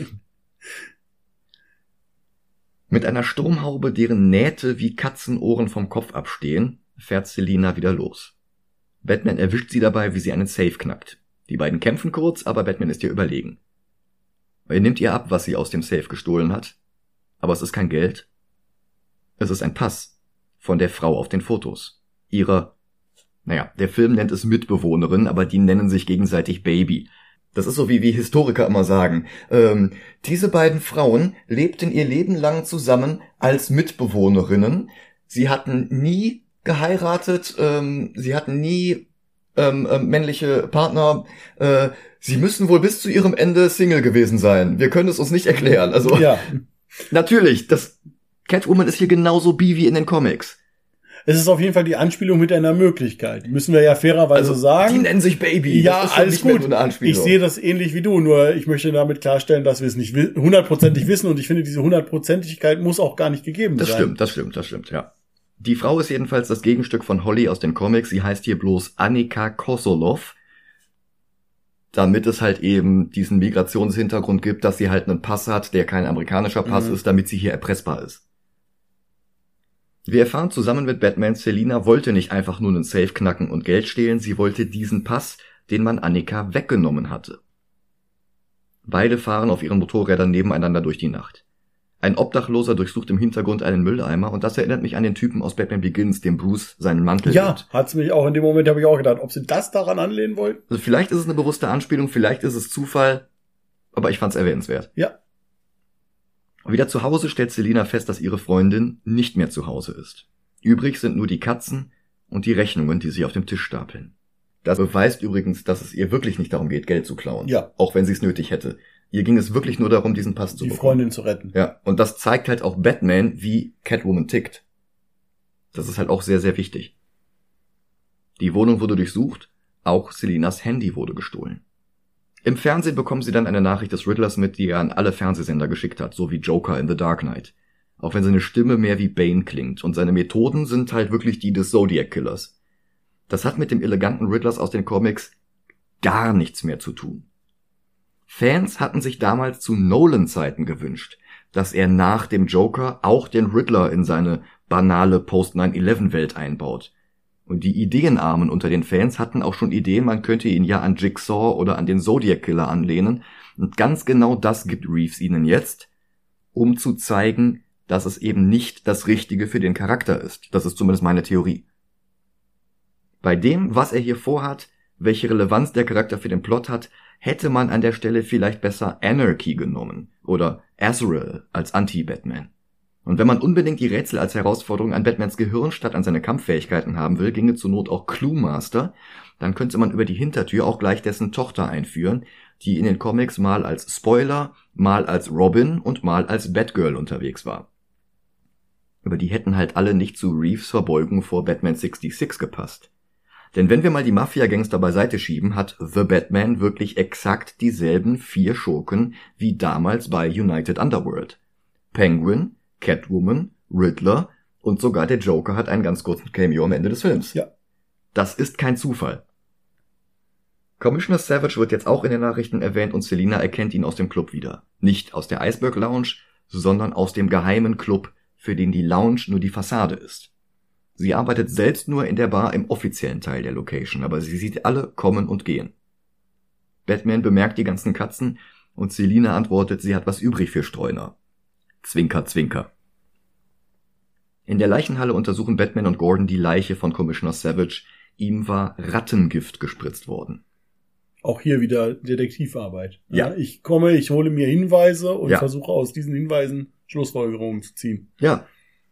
Mit einer Sturmhaube, deren Nähte wie Katzenohren vom Kopf abstehen, fährt Selina wieder los. Batman erwischt sie dabei, wie sie einen Safe knackt. Die beiden kämpfen kurz, aber Batman ist ihr überlegen. Er nimmt ihr ab, was sie aus dem Safe gestohlen hat. Aber es ist kein Geld. Es ist ein Pass von der Frau auf den Fotos. Ihrer, naja, der Film nennt es Mitbewohnerin, aber die nennen sich gegenseitig Baby. Das ist so, wie wie Historiker immer sagen. Ähm, diese beiden Frauen lebten ihr Leben lang zusammen als Mitbewohnerinnen. Sie hatten nie geheiratet, ähm, sie hatten nie ähm, äh, männliche Partner. Äh, sie müssen wohl bis zu ihrem Ende Single gewesen sein. Wir können es uns nicht erklären. Also ja. Natürlich, das Catwoman ist hier genauso bi wie in den Comics. Es ist auf jeden Fall die Anspielung mit einer Möglichkeit. Müssen wir ja fairerweise Also, sagen. Die nennen sich Baby. Ja, das ist alles nicht mehr gut. nur eine Anspielung. Ich sehe das ähnlich wie du, nur ich möchte damit klarstellen, dass wir es nicht hundertprozentig wissen und ich finde, diese Hundertprozentigkeit muss auch gar nicht gegeben das sein. Das stimmt, das stimmt, das stimmt, ja. Die Frau ist jedenfalls das Gegenstück von Holly aus den Comics. Sie heißt hier bloß Annika Kosolov, damit es halt eben diesen Migrationshintergrund gibt, dass sie halt einen Pass hat, der kein amerikanischer Pass mhm. ist, damit sie hier erpressbar ist. Wir erfahren zusammen mit Batman, Selina wollte nicht einfach nur einen Safe knacken und Geld stehlen, sie wollte diesen Pass, den man Annika weggenommen hatte. Beide fahren auf ihren Motorrädern nebeneinander durch die Nacht. Ein Obdachloser durchsucht im Hintergrund einen Mülleimer und das erinnert mich an den Typen aus Batman Begins, dem Bruce seinen Mantel Ja, gibt. hat's mich auch in dem Moment, habe ich auch gedacht, ob sie das daran anlehnen wollten. Also vielleicht ist es eine bewusste Anspielung, vielleicht ist es Zufall, aber ich fand's erwähnenswert. Ja. Wieder zu Hause stellt Selina fest, dass ihre Freundin nicht mehr zu Hause ist. Übrig sind nur die Katzen und die Rechnungen, die sie auf dem Tisch stapeln. Das beweist übrigens, dass es ihr wirklich nicht darum geht, Geld zu klauen. Ja. Auch wenn sie es nötig hätte. Ihr ging es wirklich nur darum, diesen Pass zu die bekommen. Die Freundin zu retten. Ja, und das zeigt halt auch Batman, wie Catwoman tickt. Das ist halt auch sehr, sehr wichtig. Die Wohnung wurde durchsucht, auch Selinas Handy wurde gestohlen. Im Fernsehen bekommen sie dann eine Nachricht des Riddlers mit, die er an alle Fernsehsender geschickt hat, so wie Joker in The Dark Knight. Auch wenn seine Stimme mehr wie Bane klingt und seine Methoden sind halt wirklich die des Zodiac Killers. Das hat mit dem eleganten Riddlers aus den Comics gar nichts mehr zu tun. Fans hatten sich damals zu Nolan-Zeiten gewünscht, dass er nach dem Joker auch den Riddler in seine banale Post nine eleven Welt einbaut. Und die Ideenarmen unter den Fans hatten auch schon Ideen, man könnte ihn ja an Jigsaw oder an den Zodiac Killer anlehnen. Und ganz genau das gibt Reeves ihnen jetzt, um zu zeigen, dass es eben nicht das Richtige für den Charakter ist. Das ist zumindest meine Theorie. Bei dem, was er hier vorhat, welche Relevanz der Charakter für den Plot hat, hätte man an der Stelle vielleicht besser Anarchy genommen oder Azrael als Anti-Batman. Und wenn man unbedingt die Rätsel als Herausforderung an Batmans Gehirn statt an seine Kampffähigkeiten haben will, ginge zur Not auch Clue Master, dann könnte man über die Hintertür auch gleich dessen Tochter einführen, die in den Comics mal als Spoiler, mal als Robin und mal als Batgirl unterwegs war. Aber die hätten halt alle nicht zu Reeves Verbeugung vor Batman sechsundsechzig gepasst. Denn wenn wir mal die Mafia-Gangster beiseite schieben, hat The Batman wirklich exakt dieselben vier Schurken wie damals bei United Underworld. Penguin, Catwoman, Riddler und sogar der Joker hat einen ganz kurzen Cameo am Ende des Films. Ja. Das ist kein Zufall. Commissioner Savage wird jetzt auch in den Nachrichten erwähnt und Selina erkennt ihn aus dem Club wieder. Nicht aus der Iceberg Lounge, sondern aus dem geheimen Club, für den die Lounge nur die Fassade ist. Sie arbeitet selbst nur in der Bar im offiziellen Teil der Location, aber sie sieht alle kommen und gehen. Batman bemerkt die ganzen Katzen und Selina antwortet, sie hat was übrig für Streuner. Zwinker, zwinker. In der Leichenhalle untersuchen Batman und Gordon die Leiche von Commissioner Savage. Ihm war Rattengift gespritzt worden. Auch hier wieder Detektivarbeit. Ja. Ich komme, ich hole mir Hinweise und Ja. versuche aus diesen Hinweisen Schlussfolgerungen zu ziehen. Ja.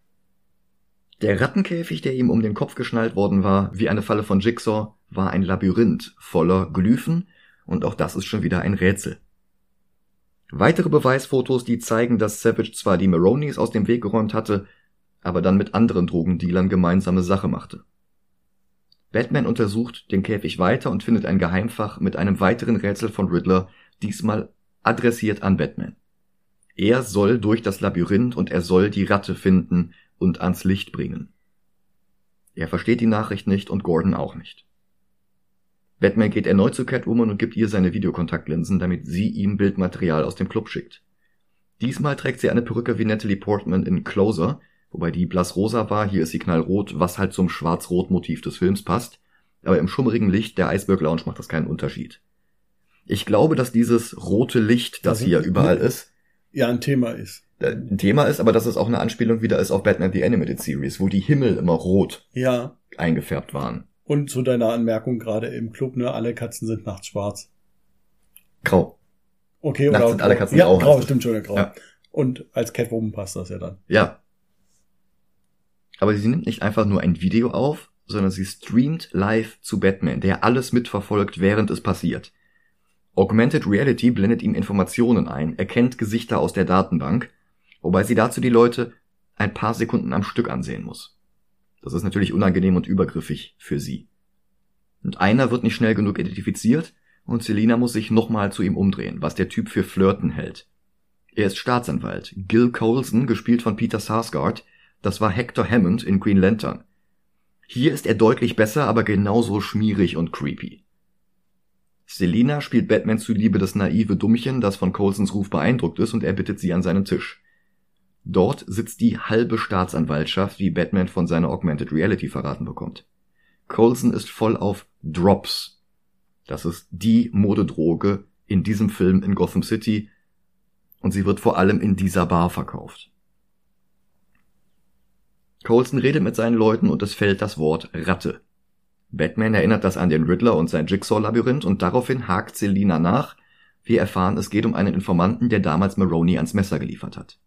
Der Rattenkäfig, der ihm um den Kopf geschnallt worden war, wie eine Falle von Jigsaw, war ein Labyrinth voller Glyphen und auch das ist schon wieder ein Rätsel. Weitere Beweisfotos, die zeigen, dass Savage zwar die Maronis aus dem Weg geräumt hatte, aber dann mit anderen Drogendealern gemeinsame Sache machte. Batman untersucht den Käfig weiter und findet ein Geheimfach mit einem weiteren Rätsel von Riddler, diesmal adressiert an Batman. Er soll durch das Labyrinth und er soll die Ratte finden und ans Licht bringen. Er versteht die Nachricht nicht und Gordon auch nicht. Batman geht erneut zu Catwoman und gibt ihr seine Videokontaktlinsen, damit sie ihm Bildmaterial aus dem Club schickt. Diesmal trägt sie eine Perücke wie Natalie Portman in Closer, wobei die blassrosa war, hier ist sie knallrot, was halt zum Schwarz-Rot-Motiv des Films passt, aber im schummrigen Licht der Iceberg Lounge macht das keinen Unterschied. Ich glaube, dass dieses rote Licht, das hier überall ist, ja ein Thema ist. ein Thema ist, aber dass es auch eine Anspielung wieder ist auf Batman The Animated Series, wo die Himmel immer rot Ja. eingefärbt waren. Und zu deiner Anmerkung gerade im Club, ne, alle Katzen sind nachts schwarz. Grau. Okay, Nachts oder sind alle Katzen ja, grau, grau, heißt es. stimmt schon, ja, grau. Ja. Und als Catwoman passt das ja dann. Ja. Aber sie nimmt nicht einfach nur ein Video auf, sondern sie streamt live zu Batman, der alles mitverfolgt, während es passiert. Augmented Reality blendet ihm Informationen ein, erkennt Gesichter aus der Datenbank, wobei sie dazu die Leute ein paar Sekunden am Stück ansehen muss. Das ist natürlich unangenehm und übergriffig für sie. Und einer wird nicht schnell genug identifiziert und Selina muss sich nochmal zu ihm umdrehen, was der Typ für Flirten hält. Er ist Staatsanwalt. Gil Coulson, gespielt von Peter Sarsgaard, das war Hector Hammond in Green Lantern. Hier ist er deutlich besser, aber genauso schmierig und creepy. Selina spielt Batman zuliebe das naive Dummchen, das von Coulsons Ruf beeindruckt ist, und er bittet sie an seinen Tisch. Dort sitzt die halbe Staatsanwaltschaft, wie Batman von seiner Augmented Reality verraten bekommt. Coulson ist voll auf Drops. Das ist die Modedroge in diesem Film in Gotham City und sie wird vor allem in dieser Bar verkauft. Coulson redet mit seinen Leuten und es fällt das Wort Ratte. Batman erinnert das an den Riddler und sein Jigsaw-Labyrinth und daraufhin hakt Selina nach. Wir erfahren, es geht um einen Informanten, der damals Maroni ans Messer geliefert hat.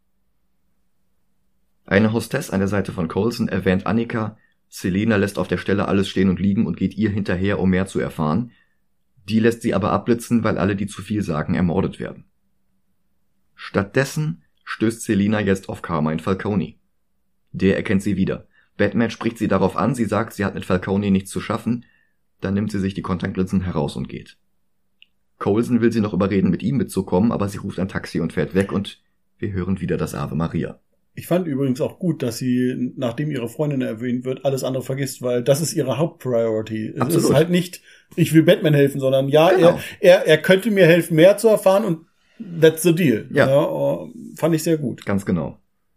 Eine Hostess an der Seite von Coulson erwähnt Annika. Selina lässt auf der Stelle alles stehen und liegen und geht ihr hinterher, um mehr zu erfahren. Die lässt sie aber abblitzen, weil alle, die zu viel sagen, ermordet werden. Stattdessen stößt Selina jetzt auf Carmine Falcone. Der erkennt sie wieder. Batman spricht sie darauf an, sie sagt, sie hat mit Falcone nichts zu schaffen, dann nimmt sie sich die Kontaktlinsen heraus und geht. Coulson will sie noch überreden, mit ihm mitzukommen, aber sie ruft ein Taxi und fährt weg und wir hören wieder das Ave Maria. Ich fand übrigens auch gut, dass sie, nachdem ihre Freundin erwähnt wird, alles andere vergisst, weil das ist ihre Hauptpriority. Es Absolut. ist halt nicht, ich will Batman helfen, sondern ja, Genau. er, er, er könnte mir helfen, mehr zu erfahren und that's the deal. Ja. ja fand ich sehr gut. Ganz genau.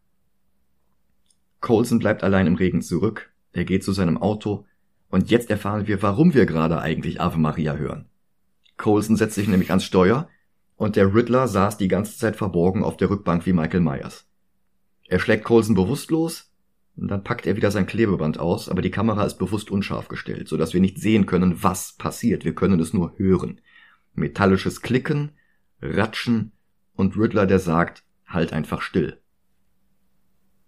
Coulson bleibt allein im Regen zurück, er geht zu seinem Auto und jetzt erfahren wir, warum wir gerade eigentlich Ave Maria hören. Coulson setzt sich nämlich ans Steuer und der Riddler saß die ganze Zeit verborgen auf der Rückbank wie Michael Myers. Er schlägt Coulson bewusstlos und dann packt er wieder sein Klebeband aus, aber die Kamera ist bewusst unscharf gestellt, sodass wir nicht sehen können, was passiert. Wir können es nur hören. Metallisches Klicken, Ratschen und Riddler, der sagt, halt einfach still.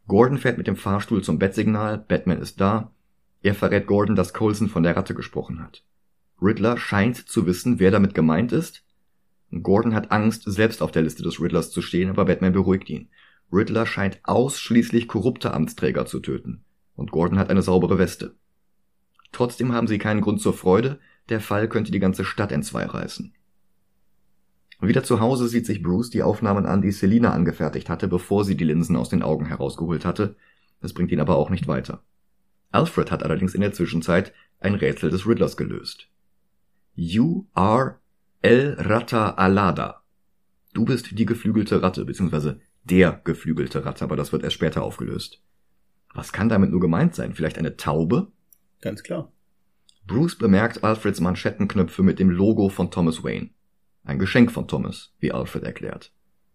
Gordon fährt mit dem Fahrstuhl zum Bettsignal, Batman ist da. Er verrät Gordon, dass Coulson von der Ratte gesprochen hat. Riddler scheint zu wissen, wer damit gemeint ist. Gordon hat Angst, selbst auf der Liste des Riddlers zu stehen, aber Batman beruhigt ihn. Riddler scheint ausschließlich korrupte Amtsträger zu töten. Und Gordon hat eine saubere Weste. Trotzdem haben sie keinen Grund zur Freude, der Fall könnte die ganze Stadt entzwei reißen. Wieder zu Hause sieht sich Bruce die Aufnahmen an, die Selina angefertigt hatte, bevor sie die Linsen aus den Augen herausgeholt hatte. Das bringt ihn aber auch nicht weiter. Alfred hat allerdings in der Zwischenzeit ein Rätsel des Riddlers gelöst. You are El Rata Alada. Du bist die geflügelte Ratte, beziehungsweise der geflügelte Ratte, aber das wird erst später aufgelöst. Was kann damit nur gemeint sein? Vielleicht eine Taube? Ganz klar. Bruce bemerkt Alfreds Manschettenknöpfe mit dem Logo von Thomas Wayne. Ein Geschenk von Thomas, wie Alfred erklärt.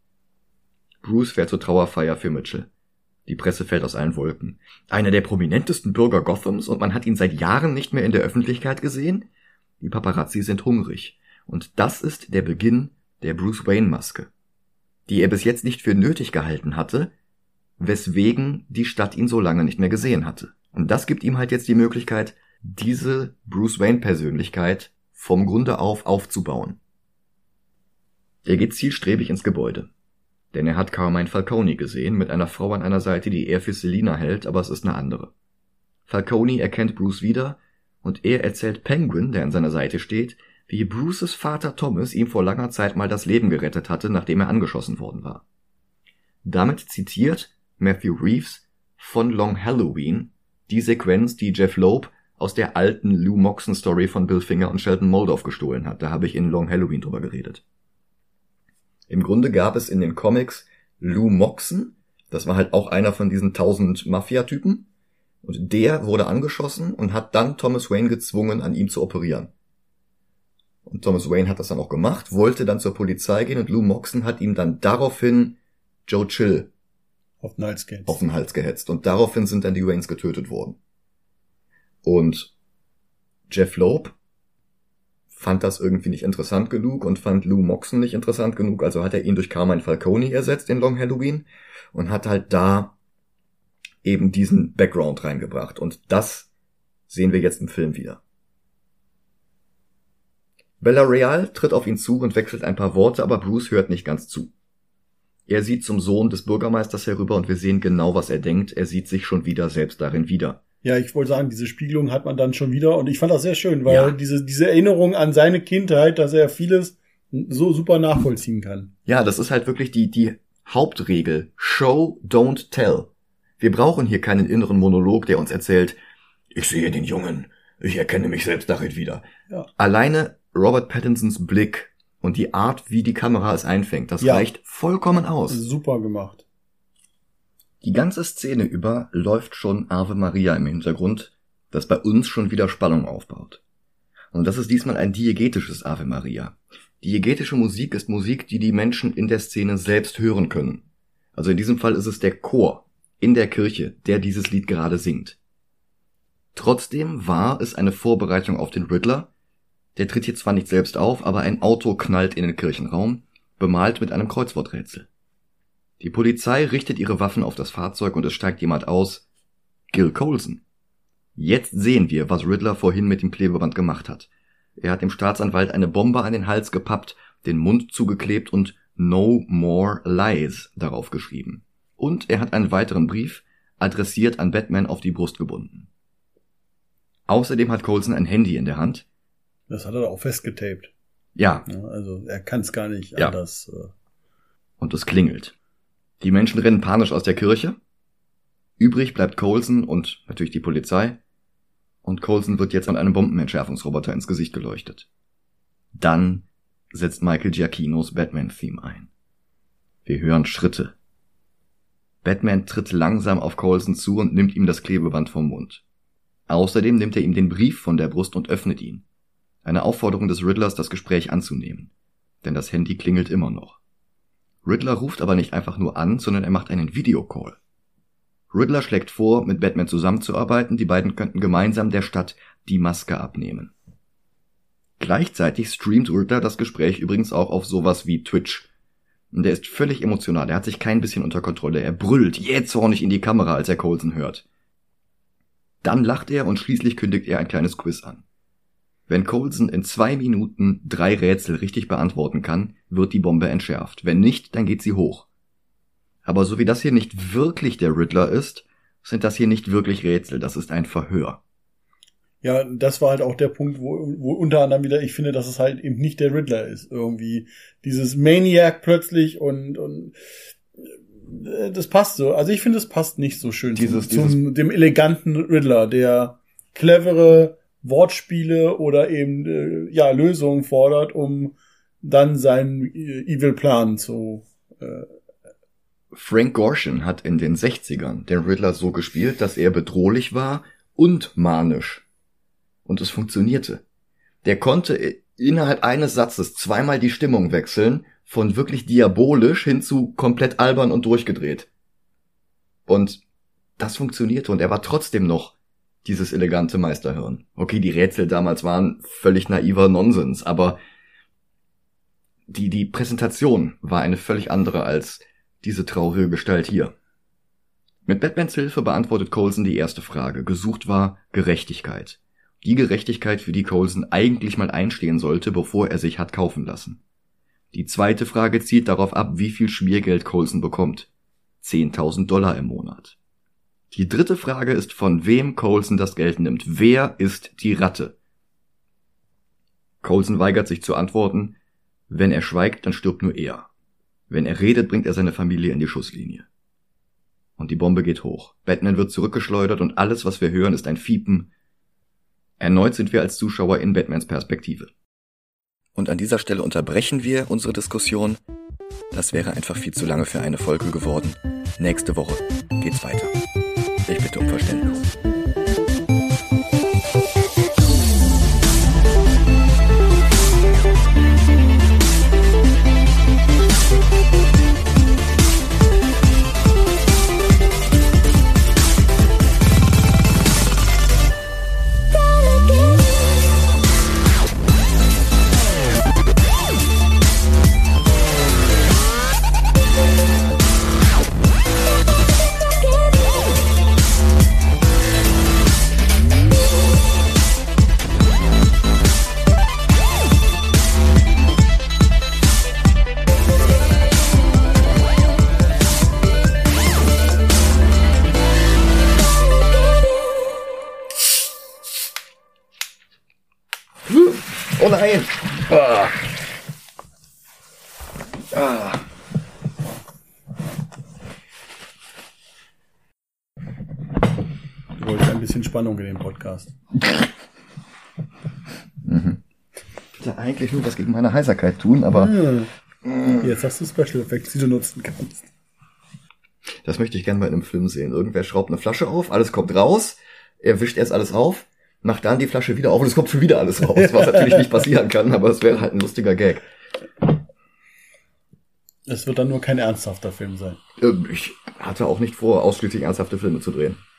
Bruce fährt zur Trauerfeier für Mitchell. Die Presse fällt aus allen Wolken. Einer der prominentesten Bürger Gothams und man hat ihn seit Jahren nicht mehr in der Öffentlichkeit gesehen? Die Paparazzi sind hungrig. Und das ist der Beginn der Bruce Wayne-Maske, die er bis jetzt nicht für nötig gehalten hatte, weswegen die Stadt ihn so lange nicht mehr gesehen hatte. Und das gibt ihm halt jetzt die Möglichkeit, diese Bruce Wayne-Persönlichkeit vom Grunde auf aufzubauen. Er geht zielstrebig ins Gebäude. Denn er hat Carmine Falcone gesehen, mit einer Frau an einer Seite, die er für Selina hält, aber es ist eine andere. Falcone erkennt Bruce wieder und er erzählt Penguin, der an seiner Seite steht, wie Bruces Vater Thomas ihm vor langer Zeit mal das Leben gerettet hatte, nachdem er angeschossen worden war. Damit zitiert Matthew Reeves von Long Halloween die Sequenz, die Jeff Loeb aus der alten Lou Moxon Story von Bill Finger und Sheldon Moldoff gestohlen hat. Da habe ich in Long Halloween drüber geredet. Im Grunde gab es in den Comics Lou Moxon, das war halt auch einer von diesen tausend Mafia-Typen, und der wurde angeschossen und hat dann Thomas Wayne gezwungen, an ihm zu operieren. Und Thomas Wayne hat das dann auch gemacht, wollte dann zur Polizei gehen und Lou Moxon hat ihm dann daraufhin Joe Chill auf den Hals gehetzt. Auf den Hals gehetzt. Und daraufhin sind dann die Waynes getötet worden. Und Jeff Loeb fand das irgendwie nicht interessant genug und fand Lou Moxon nicht interessant genug, also hat er ihn durch Carmine Falcone ersetzt in Long Halloween und hat halt da eben diesen Background reingebracht. Und das sehen wir jetzt im Film wieder. Bella Real tritt auf ihn zu und wechselt ein paar Worte, aber Bruce hört nicht ganz zu. Er sieht zum Sohn des Bürgermeisters herüber und wir sehen genau, was er denkt. Er sieht sich schon wieder selbst darin wieder. Ja, ich wollte sagen, diese Spiegelung hat man dann schon wieder und ich fand das sehr schön, weil Ja. diese diese Erinnerung an seine Kindheit, dass er vieles so super nachvollziehen kann. Ja, das ist halt wirklich die die Hauptregel. Show, don't tell. Wir brauchen hier keinen inneren Monolog, der uns erzählt, ich sehe den Jungen, ich erkenne mich selbst darin wieder. Ja. Alleine Robert Pattinsons Blick und die Art, wie die Kamera es einfängt, das Ja. reicht vollkommen aus. Super gemacht. Die ganze Szene über läuft schon Ave Maria im Hintergrund, das bei uns schon wieder Spannung aufbaut. Und das ist diesmal ein diegetisches Ave Maria. Diegetische Musik ist Musik, die die Menschen in der Szene selbst hören können. Also in diesem Fall ist es der Chor in der Kirche, der dieses Lied gerade singt. Trotzdem war es eine Vorbereitung auf den Riddler. Der tritt hier zwar nicht selbst auf, aber ein Auto knallt in den Kirchenraum, bemalt mit einem Kreuzworträtsel. Die Polizei richtet ihre Waffen auf das Fahrzeug und es steigt jemand aus. Gil Coulson. Jetzt sehen wir, was Riddler vorhin mit dem Klebeband gemacht hat. Er hat dem Staatsanwalt eine Bombe an den Hals gepappt, den Mund zugeklebt und No More Lies darauf geschrieben. Und er hat einen weiteren Brief, adressiert an Batman, auf die Brust gebunden. Außerdem hat Coulson ein Handy in der Hand. Das hat er auch festgetaped. Ja. Ja, also er kann es gar nicht Ja. anders. Äh Und es klingelt. Die Menschen rennen panisch aus der Kirche. Übrig bleibt Coulson und natürlich die Polizei. Und Coulson wird jetzt an einem Bombenentschärfungsroboter ins Gesicht geleuchtet. Dann setzt Michael Giacchinos Batman-Theme ein. Wir hören Schritte. Batman tritt langsam auf Coulson zu und nimmt ihm das Klebeband vom Mund. Außerdem nimmt er ihm den Brief von der Brust und öffnet ihn. Eine Aufforderung des Riddlers, das Gespräch anzunehmen. Denn das Handy klingelt immer noch. Riddler ruft aber nicht einfach nur an, sondern er macht einen Videocall. Riddler schlägt vor, mit Batman zusammenzuarbeiten, die beiden könnten gemeinsam der Stadt die Maske abnehmen. Gleichzeitig streamt Riddler das Gespräch übrigens auch auf sowas wie Twitch. Und der ist völlig emotional, er hat sich kein bisschen unter Kontrolle, er brüllt jähzornig in die Kamera, als er Coulson hört. Dann lacht er und schließlich kündigt er ein kleines Quiz an. Wenn Coulson in zwei Minuten drei Rätsel richtig beantworten kann, wird die Bombe entschärft. Wenn nicht, dann geht sie hoch. Aber so wie das hier nicht wirklich der Riddler ist, sind das hier nicht wirklich Rätsel, das ist ein Verhör. Ja, das war halt auch der Punkt, wo, wo unter anderem wieder, ich finde, dass es halt eben nicht der Riddler ist. Irgendwie dieses Maniac plötzlich und, und das passt so. Also ich finde, es passt nicht so schön dieses, zum, dieses zum dem eleganten Riddler, der clevere Wortspiele oder eben äh, ja Lösungen fordert, um dann seinen äh, Evil Plan zu äh, Frank Gorshin hat in den sechzigern den Riddler so gespielt, dass er bedrohlich war und manisch. Und es funktionierte. Der konnte innerhalb eines Satzes zweimal die Stimmung wechseln, von wirklich diabolisch hin zu komplett albern und durchgedreht. Und das funktionierte und er war trotzdem noch dieses elegante Meisterhirn. Okay, die Rätsel damals waren völlig naiver Nonsens, aber die, die Präsentation war eine völlig andere als diese traurige Gestalt hier. Mit Batmans Hilfe beantwortet Coulson die erste Frage. Gesucht war Gerechtigkeit. Die Gerechtigkeit, für die Coulson eigentlich mal einstehen sollte, bevor er sich hat kaufen lassen. Die zweite Frage zielt darauf ab, wie viel Schmiergeld Coulson bekommt. zehntausend Dollar im Monat. Die dritte Frage ist, von wem Coulson das Geld nimmt. Wer ist die Ratte? Coulson weigert sich zu antworten. Wenn er schweigt, dann stirbt nur er. Wenn er redet, bringt er seine Familie in die Schusslinie. Und die Bombe geht hoch. Batman wird zurückgeschleudert und alles, was wir hören, ist ein Fiepen. Erneut sind wir als Zuschauer in Batmans Perspektive. Und an dieser Stelle unterbrechen wir unsere Diskussion. Das wäre einfach viel zu lange für eine Folge geworden. Nächste Woche geht's weiter. Ich bitte um Verständnis. Oh nein! Ah. Ah. Du wolltest ein bisschen Spannung in den Podcast. Mhm. Ich wollte eigentlich nur was gegen meine Heiserkeit tun, aber... Ah. Jetzt hast du Special Effects, die du nutzen kannst. Das möchte ich gerne mal in einem Film sehen. Irgendwer schraubt eine Flasche auf, alles kommt raus, er wischt erst alles auf, macht dann die Flasche wieder auf und es kommt schon wieder alles raus, was natürlich nicht passieren kann, aber es wäre halt ein lustiger Gag. Es wird dann nur kein ernsthafter Film sein. Ich hatte auch nicht vor, ausschließlich ernsthafte Filme zu drehen.